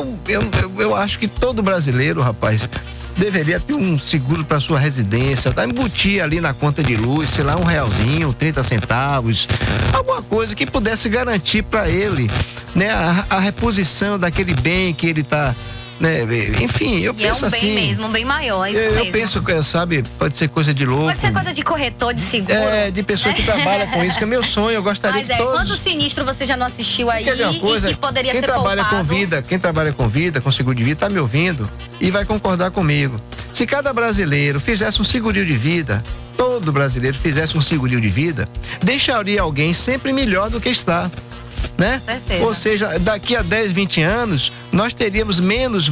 Eu acho que todo brasileiro, rapaz, deveria ter um seguro para sua residência, tá? Embutir ali na conta de luz, sei lá, R$1, 30 centavos, alguma coisa que pudesse garantir para ele, né, a reposição daquele bem que ele tá, né? Enfim, eu penso assim. É um bem mesmo, um bem maior, isso mesmo. Eu penso que, sabe, pode ser coisa de louco. Pode ser coisa de corretor de seguro. De pessoa que trabalha com isso, que é meu sonho, eu gostaria Mas de todos. quanto sinistro você já não assistiu aí Quer ver uma coisa? e que poderia quem ser trabalha poupado? quem trabalha com vida, com seguro de vida, tá me ouvindo e vai concordar comigo. Se cada brasileiro fizesse um segurinho de vida, todo brasileiro fizesse um segurinho de vida, deixaria alguém sempre melhor do que está. Né? Ou seja, daqui a 10, 20 anos, nós teríamos menos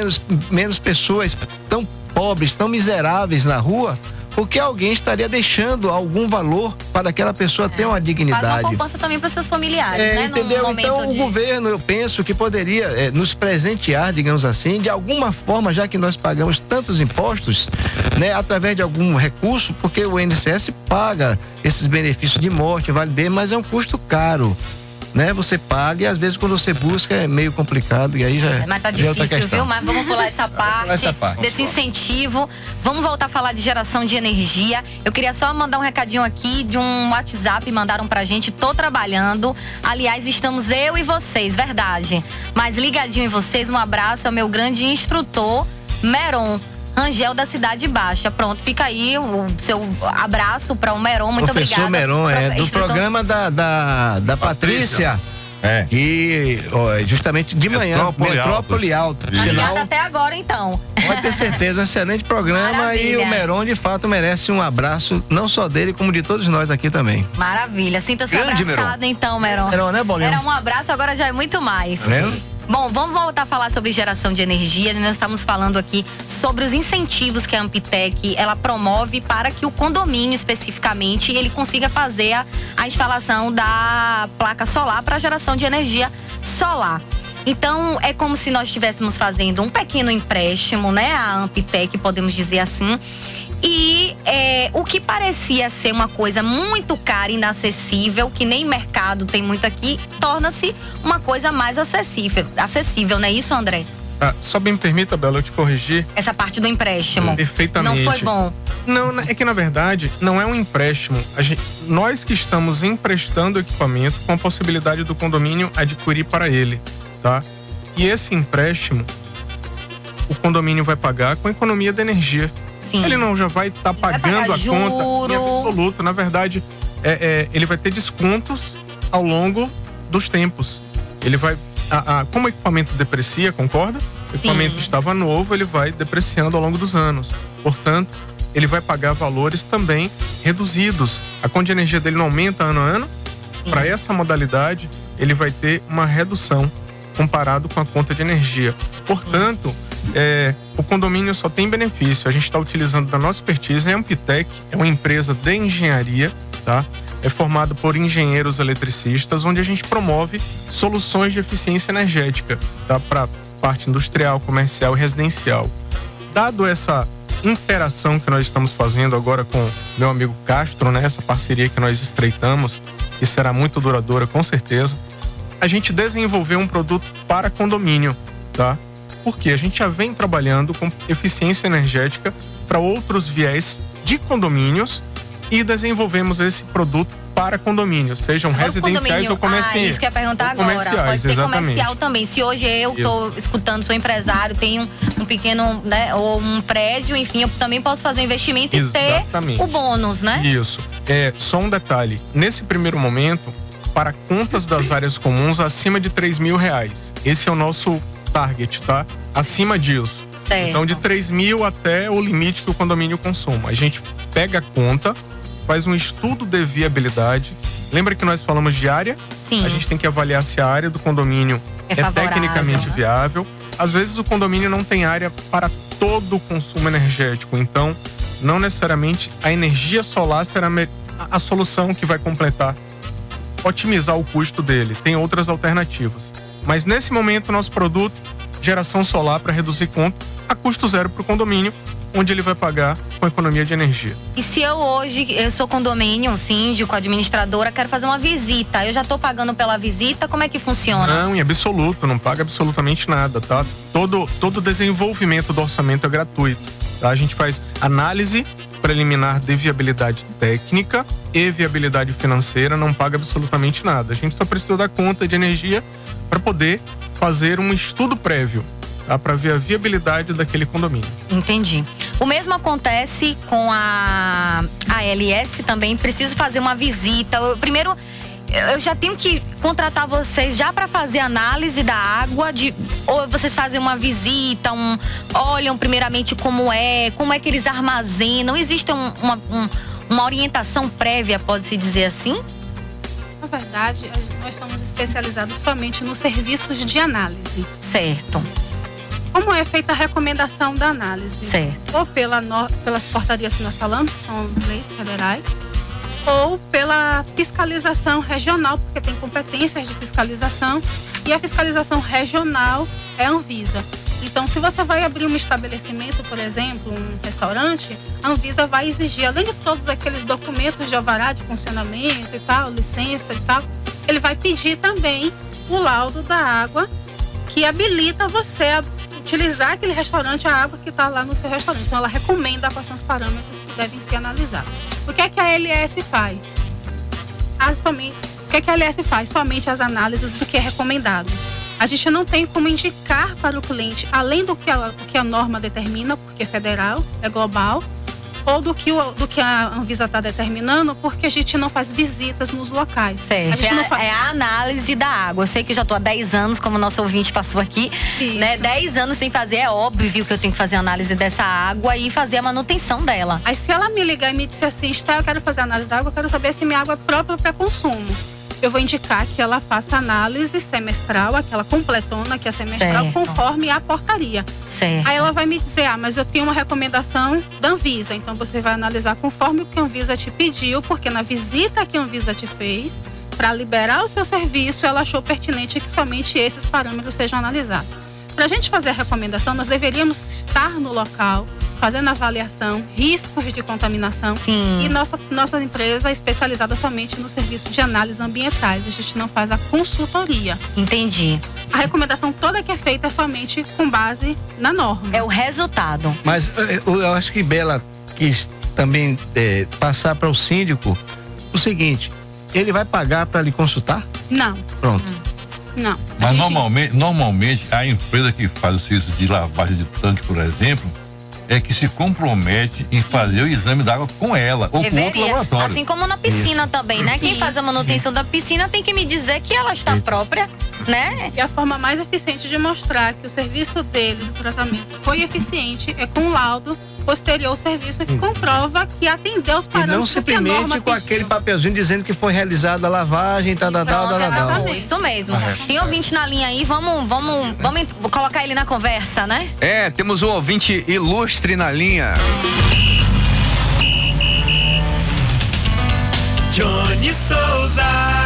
pessoas tão pobres, tão miseráveis na rua, porque alguém estaria deixando algum valor para aquela pessoa ter uma dignidade. Faz uma poupança também para seus familiares, né? Entendeu? Então o governo, eu penso que poderia nos presentear, digamos assim, de alguma forma, já que nós pagamos tantos impostos, né? Através de algum recurso, porque o INSS paga esses benefícios de morte, validez, mas é um custo caro. Né? Você paga e às vezes quando você busca é meio complicado e aí já mas tá já é outra difícil, questão. viu? Mas vamos pular essa parte, desse incentivo. Vamos voltar a falar de geração de energia. Eu queria só mandar um recadinho aqui de um WhatsApp, mandaram pra gente, tô trabalhando. Aliás, estamos eu e vocês, verdade. Mas ligadinho em vocês, um abraço ao meu grande instrutor, Meron Rangel da Cidade Baixa. Pronto, fica aí o seu abraço para o Meron. Muito Professor obrigada. Meron, do programa da Patrícia. E justamente de manhã, Metrópole Alto. Obrigada até agora, então. Pode ter certeza, um excelente programa. Maravilha. E o Meron, de fato, merece um abraço, não só dele, como de todos nós aqui também. Maravilha. Sinta-se Grande abraçado, Meron. então, Meron. Meron, né, Bolinho? Era um abraço, agora já é muito mais. Bom, vamos voltar a falar sobre geração de energia. Nós estamos falando aqui sobre os incentivos que a Amptec ela promove para que o condomínio, especificamente, ele consiga fazer a instalação da placa solar para geração de energia solar. Então, é como se nós estivéssemos fazendo um pequeno empréstimo, né? A Amptec, podemos dizer assim. E o que parecia ser uma coisa muito cara e inacessível, que nem mercado tem muito aqui, torna-se uma coisa mais acessível, não é isso, André? Só me permita, Bela, eu te corrigir. Essa parte do empréstimo. Perfeitamente. Não foi bom. Não, é que na verdade não é um empréstimo. Nós que estamos emprestando equipamento com a possibilidade do condomínio adquirir para ele, tá? E esse empréstimo, o condomínio vai pagar com a economia da energia. Sim. Ele não já vai estar pagando pagar a conta juro. em absoluto. Na verdade, ele vai ter descontos ao longo dos tempos. Ele vai, como o equipamento deprecia, concorda? O equipamento estava novo, ele vai depreciando ao longo dos anos. Portanto, ele vai pagar valores também reduzidos. A conta de energia dele não aumenta ano a ano. Para essa modalidade, ele vai ter uma redução comparado com a conta de energia. Portanto, o condomínio só tem benefício. A gente está utilizando da nossa expertise. A Amptec é uma empresa de engenharia, tá? É formada por engenheiros eletricistas, onde a gente promove soluções de eficiência energética, tá? Para parte industrial, comercial e residencial. Dado essa interação que nós estamos fazendo agora com meu amigo Castro, né? Essa parceria que nós estreitamos, que será muito duradoura, com certeza. A gente desenvolveu um produto para condomínio, tá? Porque a gente já vem trabalhando com eficiência energética para outros viés de condomínios e desenvolvemos esse produto para condomínios, sejam residenciais ou comerciais. Isso que eu ia perguntar agora. Pode ser comercial também. Se hoje eu estou escutando, sou empresário, tenho um pequeno, né, ou um prédio, enfim, eu também posso fazer um investimento e ter o bônus, né? Isso. Só um detalhe. Nesse primeiro momento, para contas das áreas comuns acima de R$3.000. Esse é o nosso target, tá? Acima disso. Certo. Então, de 3.000 até o limite que o condomínio consuma. A gente pega a conta, faz um estudo de viabilidade. Lembra que nós falamos de área? Sim. A gente tem que avaliar se a área do condomínio é tecnicamente viável. Às vezes o condomínio não tem área para todo o consumo energético. Então, não necessariamente a energia solar será a solução que vai completar, otimizar o custo dele. Tem outras alternativas. Mas nesse momento, nosso produto, geração solar para reduzir conta, a custo zero para o condomínio, onde ele vai pagar com economia de energia. E se eu sou condomínio, síndico, administradora, quero fazer uma visita, eu já estou pagando pela visita, como é que funciona? Não, em absoluto, não paga absolutamente nada, tá? Todo desenvolvimento do orçamento é gratuito, tá? A gente faz análise preliminar de viabilidade técnica e viabilidade financeira, não paga absolutamente nada. A gente só precisa da conta de energia para poder fazer um estudo prévio, tá? Para ver a viabilidade daquele condomínio. Entendi. O mesmo acontece com a ALS também. Preciso fazer uma visita. Primeiro, eu já tenho que contratar vocês já para fazer análise da água, ou vocês fazem uma visita, olham primeiramente como é que eles armazenam. Existe uma orientação prévia, pode-se dizer assim? Na verdade, nós somos especializados somente nos serviços de análise. Certo. Como é feita a recomendação da análise? Certo. Ou pelas portarias que nós falamos, que são leis federais, ou pela fiscalização regional, porque tem competências de fiscalização, e a fiscalização regional é a Anvisa. Então, se você vai abrir um estabelecimento, por exemplo, um restaurante, a Anvisa vai exigir, além de todos aqueles documentos de alvará de funcionamento e tal, licença e tal, ele vai pedir também o laudo da água que habilita você a utilizar aquele restaurante, a água que está lá no seu restaurante. Então, ela recomenda quais são os parâmetros que devem ser analisados. O que é que a ALS faz? O que é que a ALS faz? Somente as análises do que é recomendado. A gente não tem como indicar para o cliente, além do que a norma determina, porque é federal, é global, ou do que a Anvisa está determinando, porque a gente não faz visitas nos locais. Certo, é a análise da água. Eu sei que já estou há 10 anos, como o nosso ouvinte passou aqui, né? 10 anos sem fazer, é óbvio que eu tenho que fazer a análise dessa água e fazer a manutenção dela. Aí se ela me ligar e me disser assim, eu quero fazer a análise da água, eu quero saber se minha água é própria para consumo. Eu vou indicar que ela faça análise semestral, aquela completona que é semestral, certo, conforme a portaria. Certo. Aí ela vai me dizer, mas eu tenho uma recomendação da Anvisa, então você vai analisar conforme o que a Anvisa te pediu, porque na visita que a Anvisa te fez, para liberar o seu serviço, ela achou pertinente que somente esses parâmetros sejam analisados. Para a gente fazer a recomendação, nós deveríamos estar no local, fazendo avaliação, riscos de contaminação. Sim. E nossa empresa é especializada somente no serviço de análise ambientais. A gente não faz a consultoria. Entendi. A recomendação toda que é feita é somente com base na norma. É o resultado. Mas eu acho que Bela quis também passar para o síndico o seguinte: ele vai pagar para lhe consultar? Não. Pronto. Não. Mas normalmente a empresa que faz o serviço de lavagem de tanque, por exemplo, é que se compromete em fazer o exame d'água com ela ou com outro Deveria. laboratório. Assim como na piscina também, né? Quem faz a manutenção da piscina tem que me dizer que ela está própria, né? E a forma mais eficiente de mostrar que o serviço deles, o tratamento, foi eficiente é com um laudo posterior ao serviço que comprova que atendeu os E parâmetros não que a simplesmente norma com aquele papelzinho dizendo que foi realizada a lavagem, tal. Isso mesmo. Tem ouvinte na linha aí, vamos colocar ele na conversa, né? Temos um ouvinte ilustre na linha. Johnny Souza.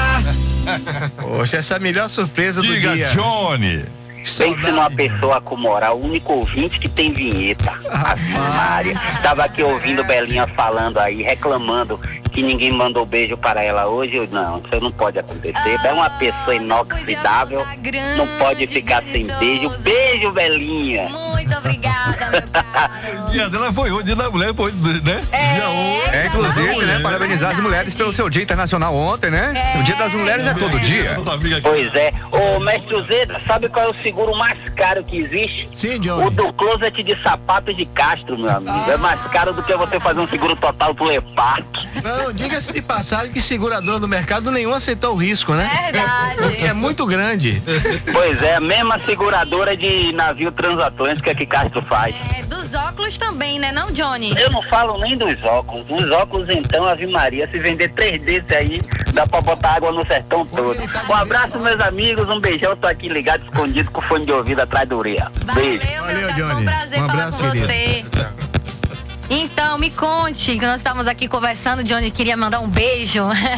Poxa, essa é a melhor surpresa do Diga, dia. Johnny. Pense numa pessoa com moral, o único ouvinte que tem vinheta. A Maria. Tava aqui ouvindo Belinha falando aí, reclamando que ninguém mandou beijo para ela hoje. Eu, não, isso não pode acontecer. É uma pessoa inoxidável, não pode ficar sem beijo. Beijo, Belinha. Muito obrigada, meu pai. O dia dela foi hoje, o dia da mulher foi, né? Inclusive, né? Parabenizar as mulheres pelo seu Dia Internacional ontem, né? O Dia das Mulheres é todo dia. Pois é. Ô, mestre Zeda, sabe qual é o seguro mais caro que existe? Sim, Johnny. O do closet de sapatos de Castro, meu amigo. É mais caro do que você fazer um seguro total pro Lepark. Não, diga-se de passagem que seguradora do mercado nenhum aceitou o risco, né? Verdade. Porque é muito grande. Pois é, a mesma seguradora de navio transatlântico que Castro faz. Dos óculos também, né, não, Johnny? Eu não falo nem dos óculos. Os óculos, então, Ave Maria, se vender 3 desses aí, dá pra botar água no sertão todo. Um abraço, meus amigos, um beijão. Tô aqui ligado, escondido, com fone de ouvido atrás da orelha. Beijo. Valeu, Johnny. Foi um prazer falar com você. Então, me conte, que nós estávamos aqui conversando, Johnny queria mandar um beijo.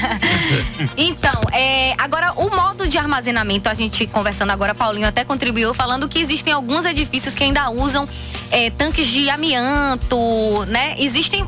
Então, agora o modo de armazenamento, a gente conversando agora, Paulinho até contribuiu falando que existem alguns edifícios que ainda usam tanques de amianto, né? Existe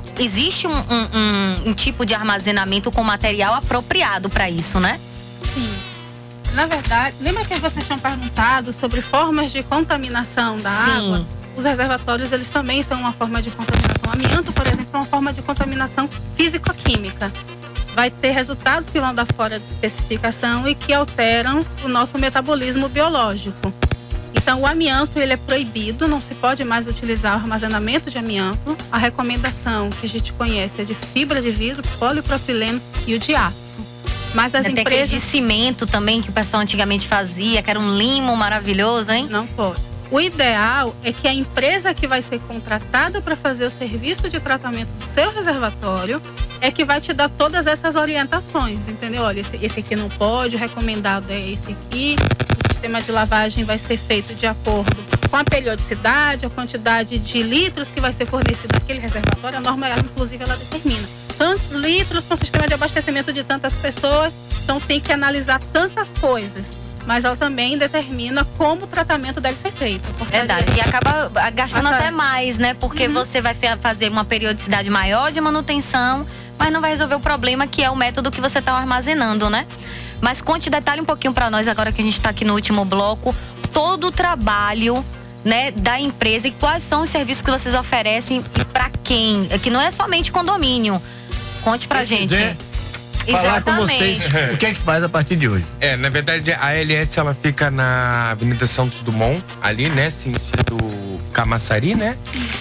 um tipo de armazenamento com material apropriado para isso, né? Sim. Na verdade, lembra que vocês tinham perguntado sobre formas de contaminação da água? Os reservatórios, eles também são uma forma de contaminação. O amianto, por exemplo, é uma forma de contaminação físico-química. Vai ter resultados que vão dar fora de especificação e que alteram o nosso metabolismo biológico. Então, o amianto, ele é proibido, não se pode mais utilizar o armazenamento de amianto. A recomendação que a gente conhece é de fibra de vidro, polipropileno e o de aço. Mas as Tem aqueles de cimento também, que o pessoal antigamente fazia, que era um limo maravilhoso, hein? Não pode. O ideal é que a empresa que vai ser contratada para fazer o serviço de tratamento do seu reservatório é que vai te dar todas essas orientações, entendeu? Olha, esse aqui não pode, o recomendado é esse aqui. O sistema de lavagem vai ser feito de acordo com a periodicidade, a quantidade de litros que vai ser fornecido naquele reservatório. A norma, inclusive, ela determina tantos litros para o sistema de abastecimento de tantas pessoas, então tem que analisar tantas coisas. Mas ela também determina como o tratamento deve ser feito. Verdade. E acaba gastando até mais, né? Porque você vai fazer uma periodicidade maior de manutenção, mas não vai resolver o problema que é o método que você está armazenando, né? Mas conte, detalhe um pouquinho para nós agora que a gente está aqui no último bloco, todo o trabalho, né, da empresa e quais são os serviços que vocês oferecem e para quem? Que não é somente condomínio. Conte pra gente. Falar com vocês o que é que faz a partir de hoje. Na verdade, a ALS, ela fica na Avenida Santos Dumont, ali, né, sentido Camaçari, né?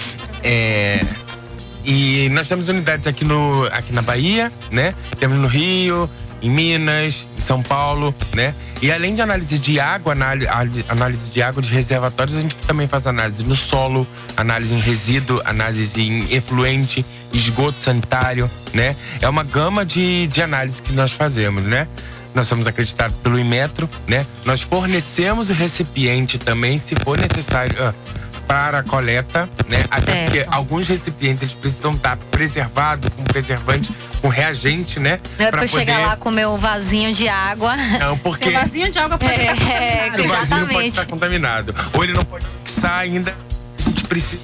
E nós temos unidades aqui na Bahia, né? Temos no Rio, em Minas, em São Paulo, né? E além de análise de água, análise de água de reservatórios, a gente também faz análise no solo, análise em resíduo, análise em efluente, esgoto sanitário, né? É uma gama de análise que nós fazemos, né? Nós somos acreditados pelo Inmetro, né? Nós fornecemos o recipiente também, se for necessário, para a coleta, né? Até porque alguns recipientes eles precisam estar preservados com preservante, com reagente, né? Não é pra chegar lá com o meu vasinho de água. Não, porque Seu vasinho de água pode estar contaminado. o vasinho pode estar contaminado. Ou ele não pode fixar ainda. A gente precisa.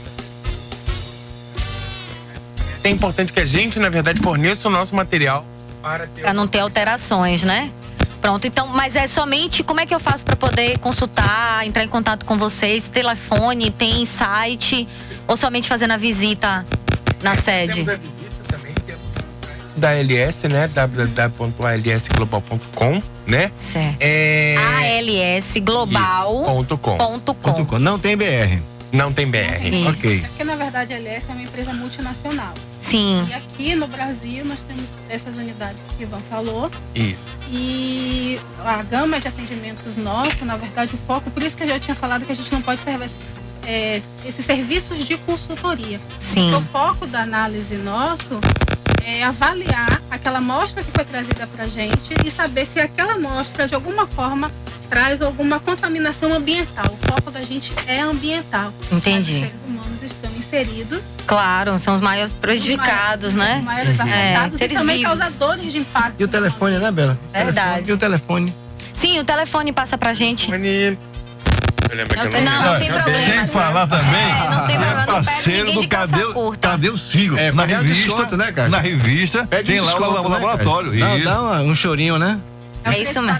É importante que a gente, na verdade, forneça o nosso material para não ter alterações, né? Pronto, então, mas é somente, como é que eu faço para poder consultar, entrar em contato com vocês? Telefone, tem site ou somente fazendo a visita na sede? Temos a visita também, da ALS, né? www.alsglobal.com, né? Certo. ALSglobal.com. Não tem BR. Não tem BR. Isso. Ok. Porque, na verdade, a LS é uma empresa multinacional. Sim. E aqui no Brasil nós temos essas unidades que o Ivan falou. Isso. E a gama de atendimentos nossa, na verdade, o foco, por isso que eu já tinha falado que a gente não pode servir esses serviços de consultoria. Sim. Porque o foco da análise nosso é avaliar aquela amostra que foi trazida para a gente e saber se aquela amostra, de alguma forma, traz alguma contaminação ambiental. O foco da gente é ambiental. Entendi. Mas os seres humanos estão inseridos. Claro, são os maiores prejudicados, né? Os maiores afetados e seres também vivos. causadores de impacto. E o telefone, né, Bela? Verdade. E o telefone? Sim, o telefone passa pra gente. Eu lembro que eu Não tem problema. Sem falar também, não tem problema, não perde parceiro ninguém do de calça curta. Cadê o Sigo? Na ganhar revista, desconto, né, Cássio? na revista tem lá o laboratório. Dá, Isso. dá um chorinho, né? É isso mesmo.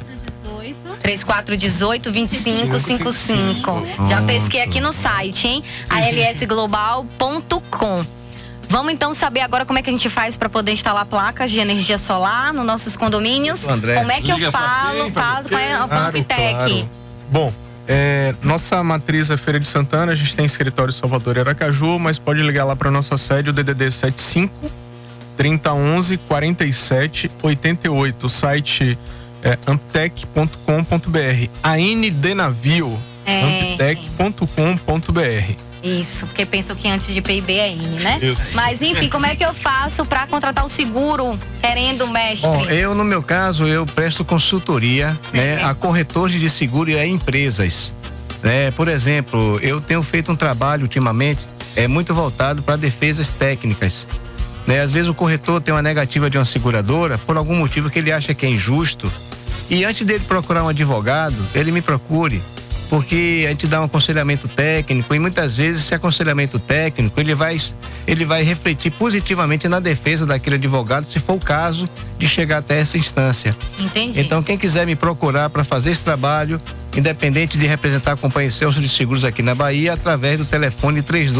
3418-2555. Já pesquei aqui no site, hein? alsglobal.com. Vamos então saber agora como é que a gente faz para poder instalar placas de energia solar nos nossos condomínios. André, como é que eu liga pra falo? quem? Falo com a Amptec. Claro. Bom, nossa matriz é Feira de Santana, a gente tem escritório em Salvador e Aracaju, mas pode ligar lá para nossa sede, o DDD 75 3011 47 88. O site é amptec.com.br. AN de navio, amptec.com.br. Isso, porque pensam que antes de PIB é INE, né? Isso. Mas enfim, como é que eu faço para contratar o seguro, querendo, mestre? Bom, eu, no meu caso, eu presto consultoria, né, a corretores de seguro e a empresas. Né? Por exemplo, eu tenho feito um trabalho ultimamente muito voltado para defesas técnicas. Né? Às vezes o corretor tem uma negativa de uma seguradora por algum motivo que ele acha que é injusto. E antes dele procurar um advogado, ele me procure. Porque a gente dá um aconselhamento técnico e muitas vezes esse aconselhamento técnico ele vai refletir positivamente na defesa daquele advogado, se for o caso de chegar até essa instância. Entendi. Então quem quiser me procurar para fazer esse trabalho, independente de representar a Companhia Celso de Seguros aqui na Bahia, através do telefone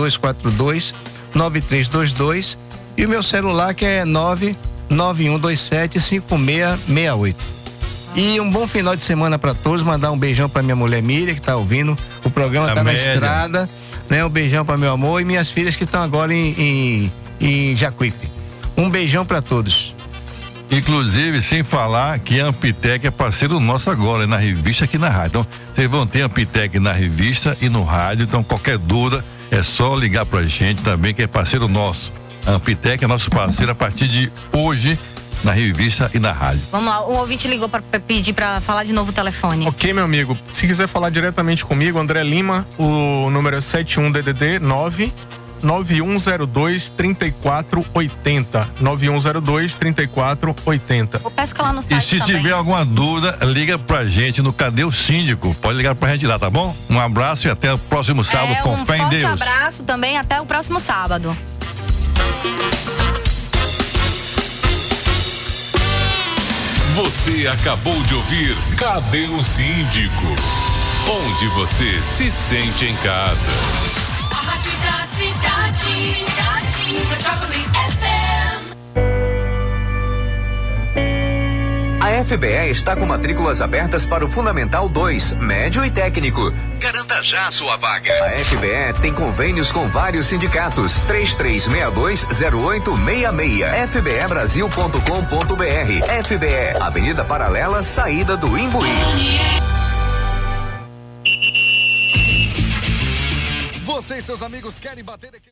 3242-9322 e o meu celular que é 99127-5668. E um bom final de semana para todos. Mandar um beijão para minha mulher Miriam, que tá ouvindo. O programa tá na estrada. Né? Um beijão para meu amor e minhas filhas que estão agora em Jacuípe. Um beijão para todos. Inclusive, sem falar que a Amptec é parceiro nosso agora, na revista aqui na rádio. Então, vocês vão ter a Amptec na revista e no rádio. Então, qualquer dúvida, é só ligar pra gente também, que é parceiro nosso. A Amptec é nosso parceiro a partir de hoje, na revista e na rádio. Vamos lá, o ouvinte ligou para pedir para falar de novo o telefone. Ok, meu amigo. Se quiser falar diretamente comigo, André Lima, o número é 71DDD 9102-3480. 9102-3480. Ou pesca lá no site E se também. tiver alguma dúvida, liga pra gente no Cadê o Síndico? Pode ligar pra gente lá, tá bom? Um abraço e até o próximo sábado, com fé em Deus. Um forte abraço também, até o próximo sábado. Você acabou de ouvir Cadê o Síndico? Onde você se sente em casa. A rádio da cidade, Metrópole FM. A FBE está com matrículas abertas para o Fundamental 2, Médio e Técnico. Garanta já a sua vaga. A FBE tem convênios com vários sindicatos. 3362-0866. fbebrasil.com.br. FBE, Avenida Paralela, saída do Imbuí. Você e seus amigos querem bater aqui.